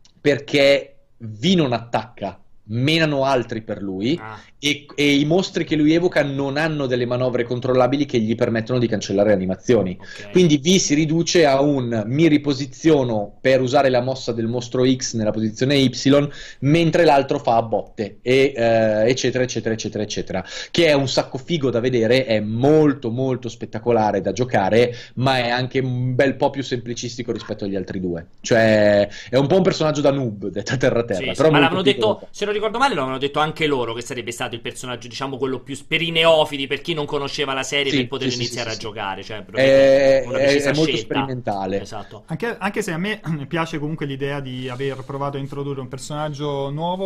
perché V non attacca, menano altri per lui, Ah. e, e i mostri che lui evoca non hanno delle manovre controllabili che gli permettono di cancellare animazioni. Ok. Quindi V si riduce a un mi riposiziono per usare la mossa del mostro X nella posizione Y, mentre l'altro fa a botte, e, eh, eccetera, eccetera, eccetera, eccetera. Che è un sacco figo da vedere, è molto, molto spettacolare da giocare, ma è anche un bel po' più semplicistico rispetto agli altri due. Cioè, è un po' un personaggio da noob, detta terra terra. Sì, sì, però ma molto l'avevano figo da detto, se non ricordo male, l'avevano detto anche loro che sarebbe stato il personaggio, diciamo, quello più per i neofiti, per chi non conosceva la serie, Sì, per poter sì, sì, iniziare sì, a sì. giocare. Cioè, È, proprio una è- precisa è molto scelta. sperimentale. Esatto. Anche, anche se a me piace comunque l'idea di aver provato a introdurre un personaggio nuovo,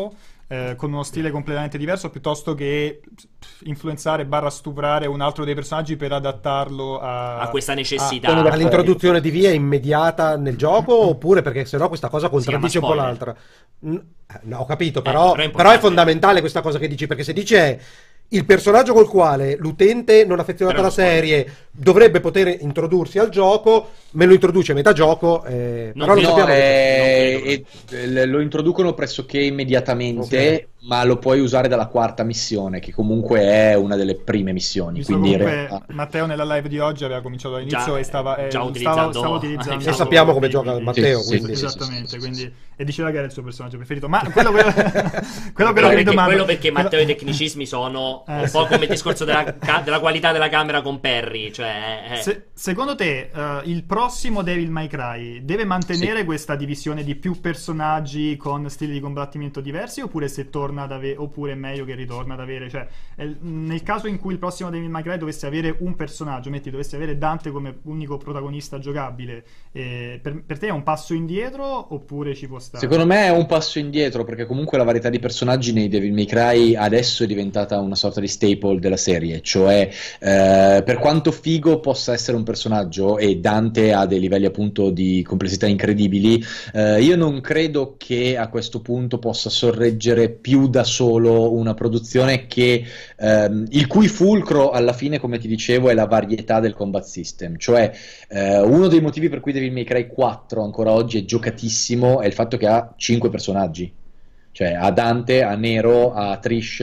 eh, con uno stile completamente diverso, piuttosto che influenzare barra stuprare un altro dei personaggi per adattarlo a, a questa necessità. a, all'introduzione di via immediata nel gioco, oppure perché sennò questa cosa contraddice un po' l'altra. No, ho capito, però, eh, però, è però è fondamentale questa cosa che dici, perché se dice il personaggio col quale l'utente non affezionato alla serie dovrebbe poter introdursi al gioco, me lo introduce a metà gioco, eh, Non però lo credo, sappiamo eh, che- e- e- lo introducono pressoché immediatamente, Ok. ma lo puoi usare dalla quarta missione, che comunque è una delle prime missioni. Visto Quindi in comunque realtà- Matteo nella live di oggi aveva cominciato all'inizio Già- e stava, eh, già stava, utilizzando- stava utilizzando E sappiamo come i- gioca i- Matteo, sì, quindi sì, sì. Esattamente, quindi, e diceva che era il suo personaggio preferito. Ma quello, quello, quello, quello che Quello mi perché, domando, quello perché quello- Matteo i tecnicismi sono Eh, un sì. po' come il discorso della, ca- della qualità della camera con Perry, cioè eh, Se- secondo te eh, il prossimo Devil May Cry deve mantenere questa divisione di più personaggi con stili di combattimento diversi, oppure se torna ad avere, oppure è meglio che ritorna ad avere, cioè eh, nel caso in cui il prossimo Devil May Cry dovesse avere un personaggio, metti dovesse avere Dante come unico protagonista giocabile, eh, per, per te è un passo indietro oppure ci può stare? Secondo me è un passo indietro, perché comunque la varietà di personaggi nei Devil May Cry adesso è diventata una sorta di staple della serie, cioè eh, per quanto figo possa essere un personaggio, e Dante ha dei livelli appunto di complessità incredibili, eh, io non credo che a questo punto possa sorreggere più da solo una produzione che ehm, il cui fulcro alla fine, come ti dicevo, è la varietà del combat system, cioè eh, uno dei motivi per cui Devil May Cry quattro ancora oggi è giocatissimo è il fatto che ha cinque personaggi. Cioè a Dante, a Nero, a Trish,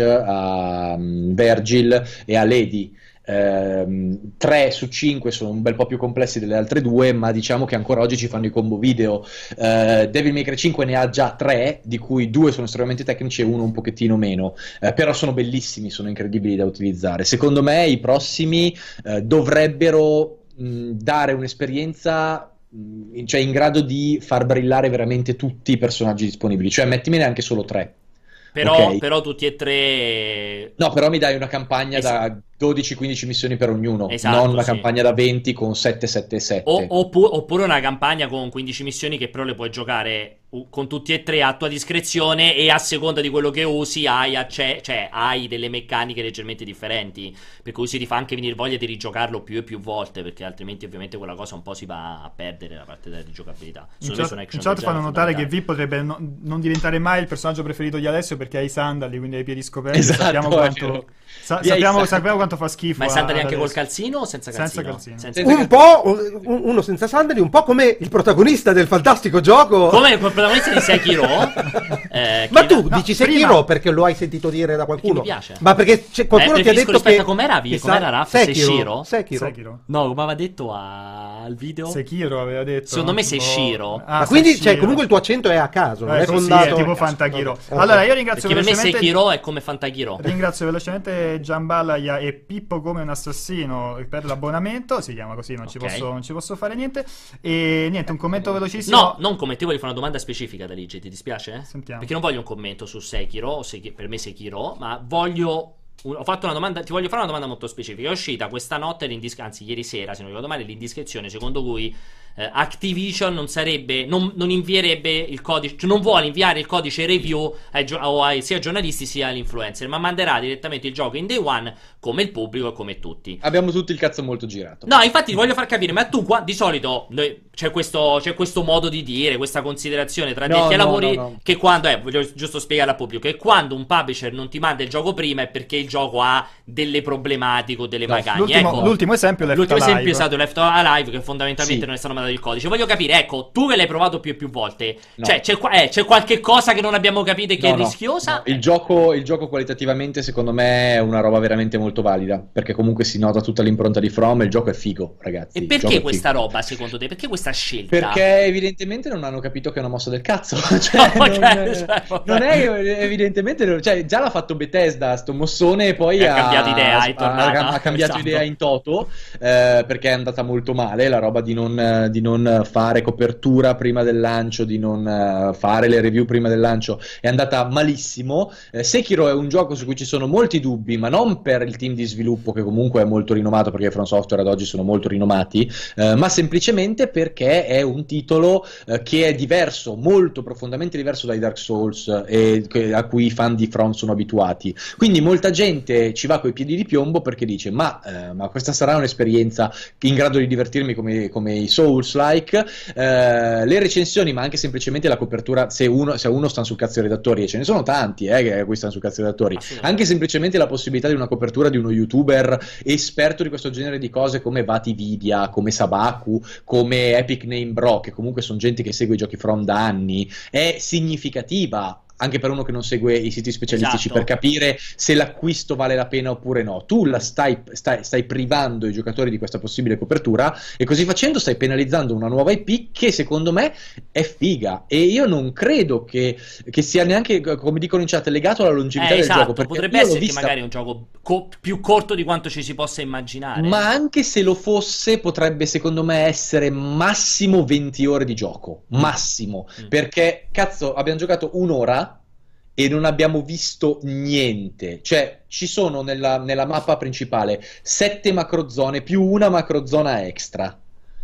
a um, Virgil e a Lady. Ehm, tre su cinque sono un bel po' più complessi delle altre due, ma diciamo che ancora oggi ci fanno i combo video. Eh, Devil May Cry cinque ne ha già tre, di cui due sono estremamente tecnici e uno un pochettino meno, eh, però sono bellissimi, sono incredibili da utilizzare. Secondo me i prossimi eh, dovrebbero mh, dare un'esperienza, cioè in grado di far brillare veramente tutti i personaggi disponibili, cioè mettimene anche solo tre. però, ok. però tutti e tre No, però mi dai una campagna Esatto. da dodici quindici missioni per ognuno, Esatto, non una sì. campagna da venti con sette sette sette. O- oppu- oppure una campagna con quindici missioni che però le puoi giocare u- con tutti e tre a tua discrezione, e a seconda di quello che usi hai, acce- cioè, hai delle meccaniche leggermente differenti, per cui si ti fa anche venire voglia di rigiocarlo più e più volte, perché altrimenti ovviamente quella cosa un po' si va a perdere la parte della rigiocabilità. In Secondo me chat, sono in action chat design fanno notare che fondamentali. V potrebbe no- non diventare mai il personaggio preferito di Alessio perché ha i sandali, quindi ha i piedi scoperti. Esatto, sappiamo, è quanto, vero. sa- Via i sappiamo, sandali. sappiamo quanto fa schifo. Ma i sandali ad anche col Alessio. calzino o senza Senza calzino? calzino. Senza un po' un- uno senza sandali, un po' come il protagonista del fantastico gioco. Come il protagonista di Sekiro. eh, Ma che- tu no, dici prima- Sekiro perché lo hai sentito dire da qualcuno? Perché mi piace. Ma perché c'è qualcuno Eh, ti ha preferisco detto che rispetto a com'era, Vi- che com'era sa- Raf? Sekiro? Sekiro? Sekiro. Sekiro. No, come aveva detto a- al video? Sekiro aveva detto. Secondo me Boh. Seishiro. Ah, Ma quindi Seishiro. cioè, comunque il tuo accento è a caso, non Eh, è sì, sì, fondato. è tipo Fantachiro. Ok. Allora, io ringrazio Perché per me velocemente. Sekiro è come Fantachiro. Ringrazio velocemente Gianbalaia e Pippo come un assassino per l'abbonamento. Si chiama così, non ci, Ok. posso, non ci posso fare niente. E niente, un commento velocissimo. No, non come te, voglio fare una domanda specifica da Luigi, ti dispiace? Sentiamo. Perché non voglio un commento su Sekiro, o Seki- per me Sekiro, ma voglio... un- Ho fatto una domanda, ti voglio fare una domanda molto specifica. È uscita questa notte, l'indis- anzi ieri sera, se non ricordo male, l'indiscrezione secondo cui eh, Activision non sarebbe, non, non invierebbe il codice, cioè non vuole inviare il codice review ai, gio- o ai, sia ai giornalisti sia agli influencer, ma manderà direttamente il gioco in day one come il pubblico e come tutti. Abbiamo tutto il cazzo molto girato. No, infatti ti voglio far capire, ma tu qua, di solito noi- c'è, questo, c'è questo modo di dire, questa considerazione tra No, addetti ai no, lavori, no, no. che quando, eh, voglio giusto spiegare al pubblico, che quando un publisher non ti manda il gioco prima è perché il gioco ha delle problematiche o delle magagne. L'ultimo, Ecco, l'ultimo esempio è Left l'ultimo Alive. esempio è stato Left Alive, che fondamentalmente Sì. non è stato mandato il codice. Voglio capire, ecco, tu che l'hai provato più e più volte, No. cioè c'è, qua- eh, c'è qualche cosa che non abbiamo capito e che No, è no, rischiosa? no. Il gioco, il gioco qualitativamente secondo me è una roba veramente molto valida, perché comunque si nota tutta l'impronta di From e il gioco è figo, ragazzi. E Il gioco perché è questa figo. roba, secondo te? Perché questa scelta? Perché evidentemente non hanno capito che è una mossa del cazzo. Cioè, No, ok, non, cioè, vabbè. non è evidentemente, cioè, già l'ha fatto Bethesda sto mossone e poi E ha ha cambiato idea, è ha- tornata. ha cambiato Esatto. idea in toto, eh, perché è andata molto male la roba di non, di non fare copertura prima del lancio, di non eh, fare le review prima del lancio, è andata malissimo. eh, Sekiro è un gioco su cui ci sono molti dubbi, ma non per il team di sviluppo che comunque è molto rinomato, perché From Software ad oggi sono molto rinomati, eh, ma semplicemente perché perché è un titolo eh, che è diverso, molto profondamente diverso dai Dark Souls eh, che, a cui i fan di From sono abituati. Quindi molta gente ci va coi piedi di piombo perché dice ma, eh, ma questa sarà un'esperienza in grado di divertirmi come, come i Souls-like. Eh, le recensioni, ma anche semplicemente la copertura, se uno, se uno sta sul cazzo dei redattori, e ce ne sono tanti eh, che qui stanno sul cazzo dei redattori, anche semplicemente la possibilità di una copertura di uno youtuber esperto di questo genere di cose come Vatividia, come Sabaku, come Epic Name Bro, che comunque sono gente che segue i giochi From da anni, è significativa anche per uno che non segue i siti specialistici, esatto, per capire se l'acquisto vale la pena oppure no. Tu la stai, stai, stai privando i giocatori di questa possibile copertura e così facendo stai penalizzando una nuova I P che secondo me è figa, e io non credo che, che sia neanche, come dicono in chat, legato alla longevità eh, del esatto, gioco, perché potrebbe essere vista... che magari è un gioco co- più corto di quanto ci si possa immaginare, ma anche se lo fosse potrebbe secondo me essere massimo venti ore di gioco, massimo, mm. perché cazzo abbiamo giocato un'ora e non abbiamo visto niente. Cioè ci sono nella, nella mappa principale sette macrozone più una macrozona extra.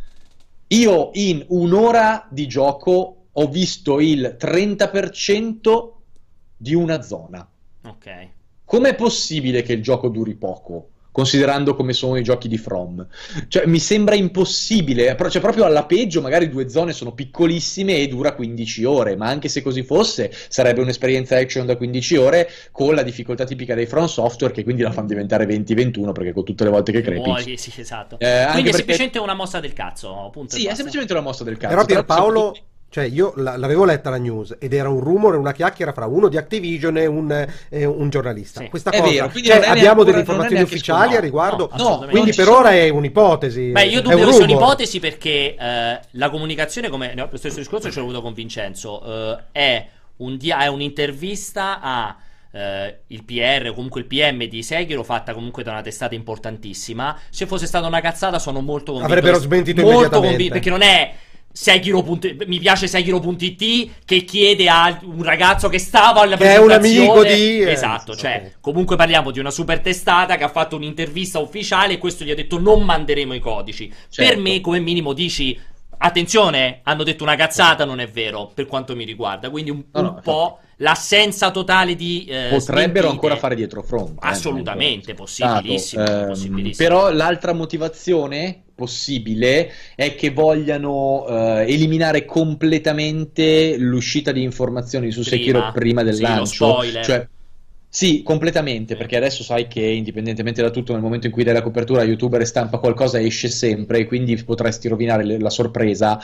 Io in un'ora di gioco ho visto il trenta per cento di una zona. Ok. Com'è possibile che il gioco duri poco, considerando come sono i giochi di From? Cioè mi sembra impossibile, cioè proprio alla peggio magari due zone sono piccolissime e dura quindici ore, ma anche se così fosse sarebbe un'esperienza action da quindici ore con la difficoltà tipica dei From Software, che quindi la fanno diventare venti ventuno, perché con tutte le volte che crepi muori, sì, esatto. eh, anche quindi è perché... semplicemente una mossa del cazzo, punto. Sì, è semplicemente una mossa del cazzo. Però Pierpaolo, cioè io la- l'avevo letta la news ed era un rumore, una chiacchiera fra uno di Activision e un, e un giornalista. Sì. Questa È cosa, vero, quindi cioè, non è abbiamo neanche- delle non è informazioni neanche ufficiali scontato. a riguardo, No, assolutamente. quindi non per ci sono- ora è un'ipotesi. Beh, io è dubbio un che sia rumore. un'ipotesi perché eh, la comunicazione, come ne ho- lo stesso discorso ce l'ho avuto con Vincenzo, eh, è, un dia- è un'intervista a eh, il P R o comunque il P M di Sekiro, fatta comunque da una testata importantissima. Se fosse stata una cazzata sono molto convinto Avrebbero che- smentito molto immediatamente. convinto, perché non è Sekiro. Mi piace Sekiro.it che chiede a un ragazzo che stava alla Che è un presentazione, amico di- eh, esatto, cioè ok. comunque parliamo di una super testata che ha fatto un'intervista ufficiale e questo gli ha detto non manderemo i codici. Certo. Per me come minimo dici attenzione, hanno detto una cazzata, non è vero per quanto mi riguarda, quindi un, No, un no, po' l'assenza totale di eh, potrebbero smentite. ancora fare dietro front, eh, assolutamente, non è possibilissimo, stato. Ehm, possibilissimo. Però l'altra motivazione possibile è che vogliano eh, eliminare completamente l'uscita di informazioni su Prima. Sekiro prima del Sì, lo lancio, spoiler. cioè sì, completamente, Sì. perché adesso sai che indipendentemente da tutto, nel momento in cui dai la copertura, youtuber e stampa qualcosa esce sempre, e quindi potresti rovinare le- la sorpresa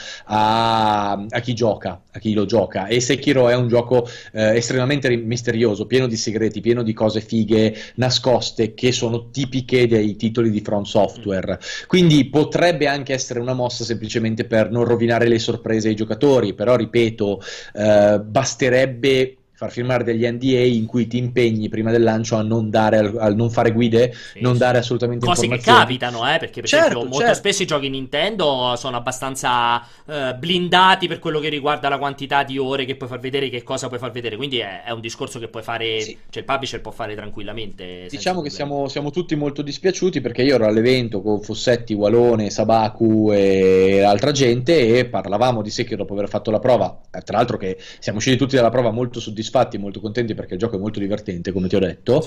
a, a chi gioca, a chi lo gioca. E Sekiro è un gioco eh, estremamente ri- misterioso, pieno di segreti, pieno di cose fighe nascoste che sono tipiche dei titoli di From Software. Quindi potrebbe anche essere una mossa semplicemente per non rovinare le sorprese ai giocatori, però ripeto, eh, basterebbe far firmare degli N D A in cui ti impegni prima del lancio a non dare al, al non fare guide, Sì, non sì. dare assolutamente Cose che informazioni. capitano, eh, perché per Certo, esempio molto certo. spesso i giochi Nintendo sono abbastanza eh, blindati per quello che riguarda la quantità di ore che puoi far vedere, che cosa puoi far vedere, quindi è, è un discorso che puoi fare, Sì. cioè il publisher può fare tranquillamente, senza Diciamo che problemi. siamo, siamo tutti molto dispiaciuti, perché io ero all'evento con Fossetti, Walone, Sabaku e altra gente e parlavamo di Sekiro dopo aver fatto la prova. Eh, tra l'altro che siamo usciti tutti dalla prova molto soddisfatti, molto contenti, perché il gioco è molto divertente, come ti ho detto.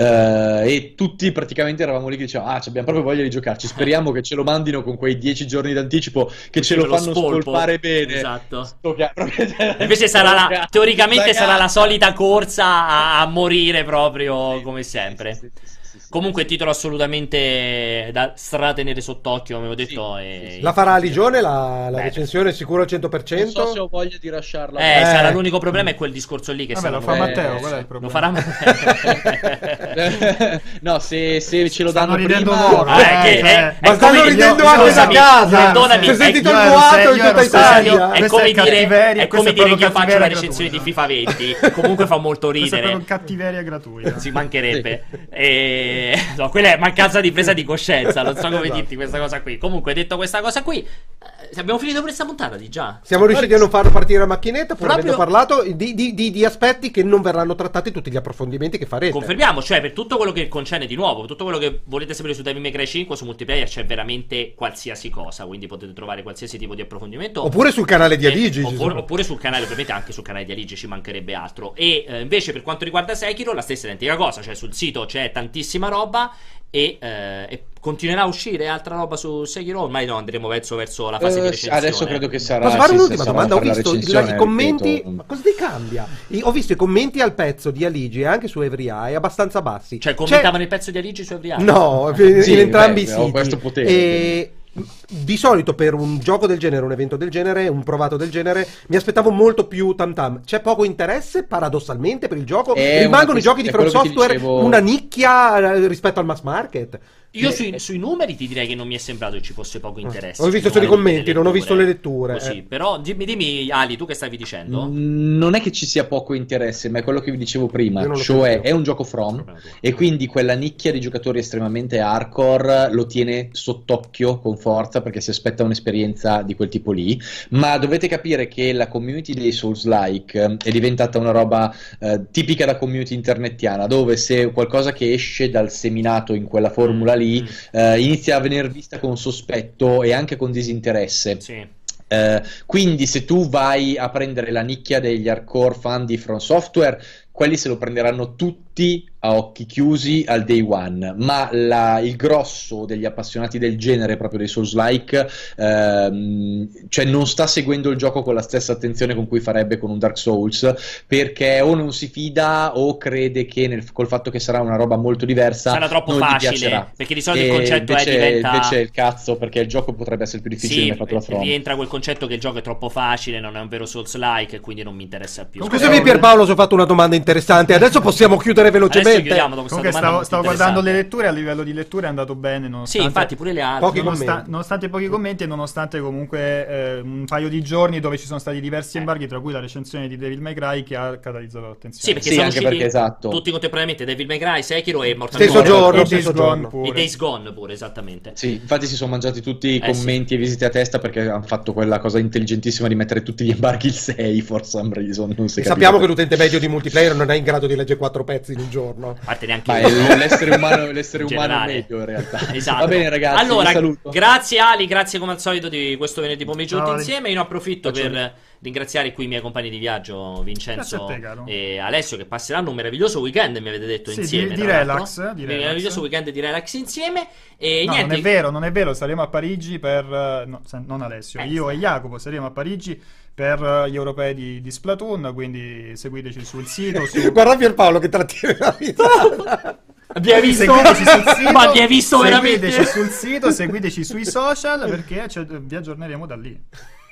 Eh, e tutti praticamente eravamo lì che dicevamo ah, abbiamo proprio voglia di giocarci, speriamo che ce lo mandino con quei dieci giorni d'anticipo, che ce lo Ve lo fanno spolpo. spolpare bene. Esatto. Sto chia- Invece sarà la, teoricamente Ragazzi. sarà la solita corsa a, a morire proprio come sempre. Sì, sì, sì, sì, sì. Comunque titolo assolutamente da stratenere sott'occhio, come ho detto. Sì, e... sì, sì. La farà a Ligione la, la Beh. recensione sicuro al cento per Non cento? so se ho voglia di lasciarla. Eh, Eh. sarà l'unico problema è quel discorso lì che Vabbè, se lo non- fa eh, Matteo, sì. qual è il lo problema? farà Matteo. No, se, se ce lo Stanno danno ridendo prima, loro, Ah, eh, è che- cioè, è- Ma è stanno come- ridendo io- anche da scusami, casa. perdonami, Si è è- sentito io il ero boato serio, in io tutta ero serio. Italia. È Questa come è dire, cattiveria, è questa come è dire che proprio io faccio la cattiveria recensione di gratuita. FIFA venti. Comunque fa molto Questa è ridere. proprio cattiveria gratuita. Si mancherebbe. E... no, quella è mancanza di presa di coscienza. Non so come Esatto. dirti questa cosa qui. Comunque, detto questa cosa qui, Eh, abbiamo finito questa puntata di già. Siamo riusciti a non farlo partire la macchinetta, pur Proprio- avendo parlato di, di- di- di aspetti che non verranno trattati tutti gli approfondimenti che farete. Confermiamo, cioè per tutto quello che concerne di nuovo, tutto quello che volete sapere su Devil May Cry cinque, su multiplayer c'è veramente qualsiasi cosa, quindi potete trovare qualsiasi tipo di approfondimento. Oppure sul canale di Eh, Aligi. ci oppure, sono. oppure sul canale, ovviamente anche sul canale di Aligi, ci mancherebbe altro. E eh, invece per quanto riguarda Sekiro, la stessa identica cosa, cioè sul sito c'è tantissima roba e, eh, e continuerà a uscire altra roba su Sekiro. Ormai no, andremo verso, verso la fase Eh, di recensione. adesso credo che sarà. Posso fare sì, un'ultima sarà domanda? Ho per la visto i- recensione, i commenti. ripeto. Ma cosa ti cambia? I- ho visto i commenti al pezzo di Aligi e anche su Every Eye abbastanza bassi. Cioè commentavano il pezzo di Aligi su Every Eye? No, in Sì, entrambi beh, i ho siti. questo potere, E di solito per un gioco del genere, un evento del genere, un provato del genere, mi aspettavo molto più tam tam. C'è poco interesse, paradossalmente, per il gioco. È Rimangono una i giochi di è From quello che ti Software dicevo- una nicchia eh, rispetto al mass market. Io Eh, sui, sui numeri ti direi che non mi è sembrato che ci fosse poco interesse. Ho visto sui solo i numeri commenti, delle non ho visto le letture, Così, eh. però dimmi, dimmi Ali, tu che stavi dicendo? Mm, Non è che ci sia poco interesse, ma è quello che vi dicevo prima, Io non lo cioè sentivo. è un gioco From e quindi quella nicchia di giocatori estremamente hardcore lo tiene sott'occhio con forza perché si aspetta un'esperienza di quel tipo lì, ma dovete capire che la community dei Souls-like eh, è diventata una roba eh, tipica da community internetiana, dove se qualcosa che esce dal seminato in quella formula lì eh, inizia a venire vista con sospetto e anche con disinteresse. Sì. Eh, quindi se tu vai a prendere la nicchia degli hardcore fan di From Software, quelli se lo prenderanno tutti a occhi chiusi al day one, ma la- il grosso degli appassionati del genere, proprio dei Souls-like, ehm, cioè non sta seguendo il gioco con la stessa attenzione con cui farebbe con un Dark Souls, perché o non si fida o crede che nel- col fatto che sarà una roba molto diversa Sarà troppo non gli facile, piacerà. perché di solito il E concetto invece, è diventa... invece è il cazzo, perché il gioco potrebbe essere più difficile Sì, mai fatto da From. rientra quel concetto che il gioco è troppo facile, non è un vero Souls-like e quindi non mi interessa più. Scusami Pierpaolo se ho fatto una domanda interessante. Adesso possiamo chiudere Adesso velocemente. chiudiamo dopo questa Comunque domanda stavo, molto stavo guardando le interessante. letture, a livello di letture è andato bene. Sì, Nonostante, infatti pure le altre. Pochi nonostan- commenti. nonostante pochi commenti e nonostante comunque eh, un paio di giorni dove ci sono stati diversi embarghi, tra cui la recensione di Devil May Cry che ha catalizzato l'attenzione. Sì, perché Sì, sono anche usciti perché, esatto. tutti contemporaneamente Devil May Cry, Sekiro e Mortal Stesso Kombat. giorno, e stesso Days Gone giorno. pure. E Days Gone pure, esattamente. Sì, infatti si sono mangiati tutti i Eh, commenti e visite a testa perché hanno fatto quella cosa intelligentissima di mettere tutti gli embarghi il sei for some reason. Non si E è sappiamo che capito. l'utente medio di multiplayer non è in grado di leggere quattro pezzi in un giorno. A parte neanche Ma io. è l'essere umano, l'essere In umano è generale. meglio in realtà. Esatto. Va bene ragazzi, allora, vi saluto. grazie Ali, grazie come al solito di questo venerdì pomeriggio Ciao, tutti Ali. insieme. Io ne approfitto Ciao, per ringraziare qui i miei compagni di viaggio Vincenzo Grazie a te, caro. e Alessio, che passeranno un meraviglioso weekend, mi avete detto, Sì, insieme. di- di tra l'altro. relax, di Un relax. meraviglioso weekend di relax insieme. E No, niente. non è vero, non è vero, saremo a Parigi per... eh, no, se- non Alessio, Eh, io sì. e Jacopo saremo a Parigi per eh, gli europei di, di Splatoon, quindi seguiteci sul sito. Su... Guarda Pierpaolo che trattiene la vita. Abbiamo visto? Seguiteci sul sito, Ma ti hai visto veramente? seguiteci sul sito, seguiteci sui social perché cioè, vi aggiorneremo da lì.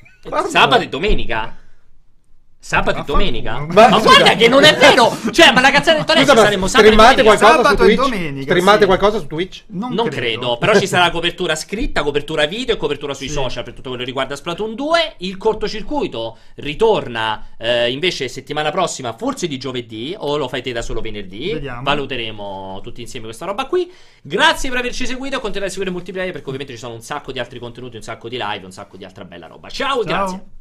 Sabato e domenica. Sabato e Vaffanculo. domenica? Ma- Ma, scusa. guarda che non è vero! Cioè, ma la cazzata di Scusa, ma saremo sabato e streamate domenica. qualcosa su Sabato e Twitch? domenica, Streamate sì. qualcosa su Twitch? Non, Non credo. però ci sarà copertura scritta, copertura video e copertura sui Sì. social per tutto quello che riguarda Splatoon due. Il cortocircuito ritorna eh, invece settimana prossima, forse di giovedì, o lo fai te da solo venerdì. Vediamo. Valuteremo tutti insieme questa roba qui. Grazie per averci seguito e continuate a seguire Multiplayer perché ovviamente ci sono un sacco di altri contenuti, un sacco di live, un sacco di altra bella roba. Ciao, Ciao. grazie.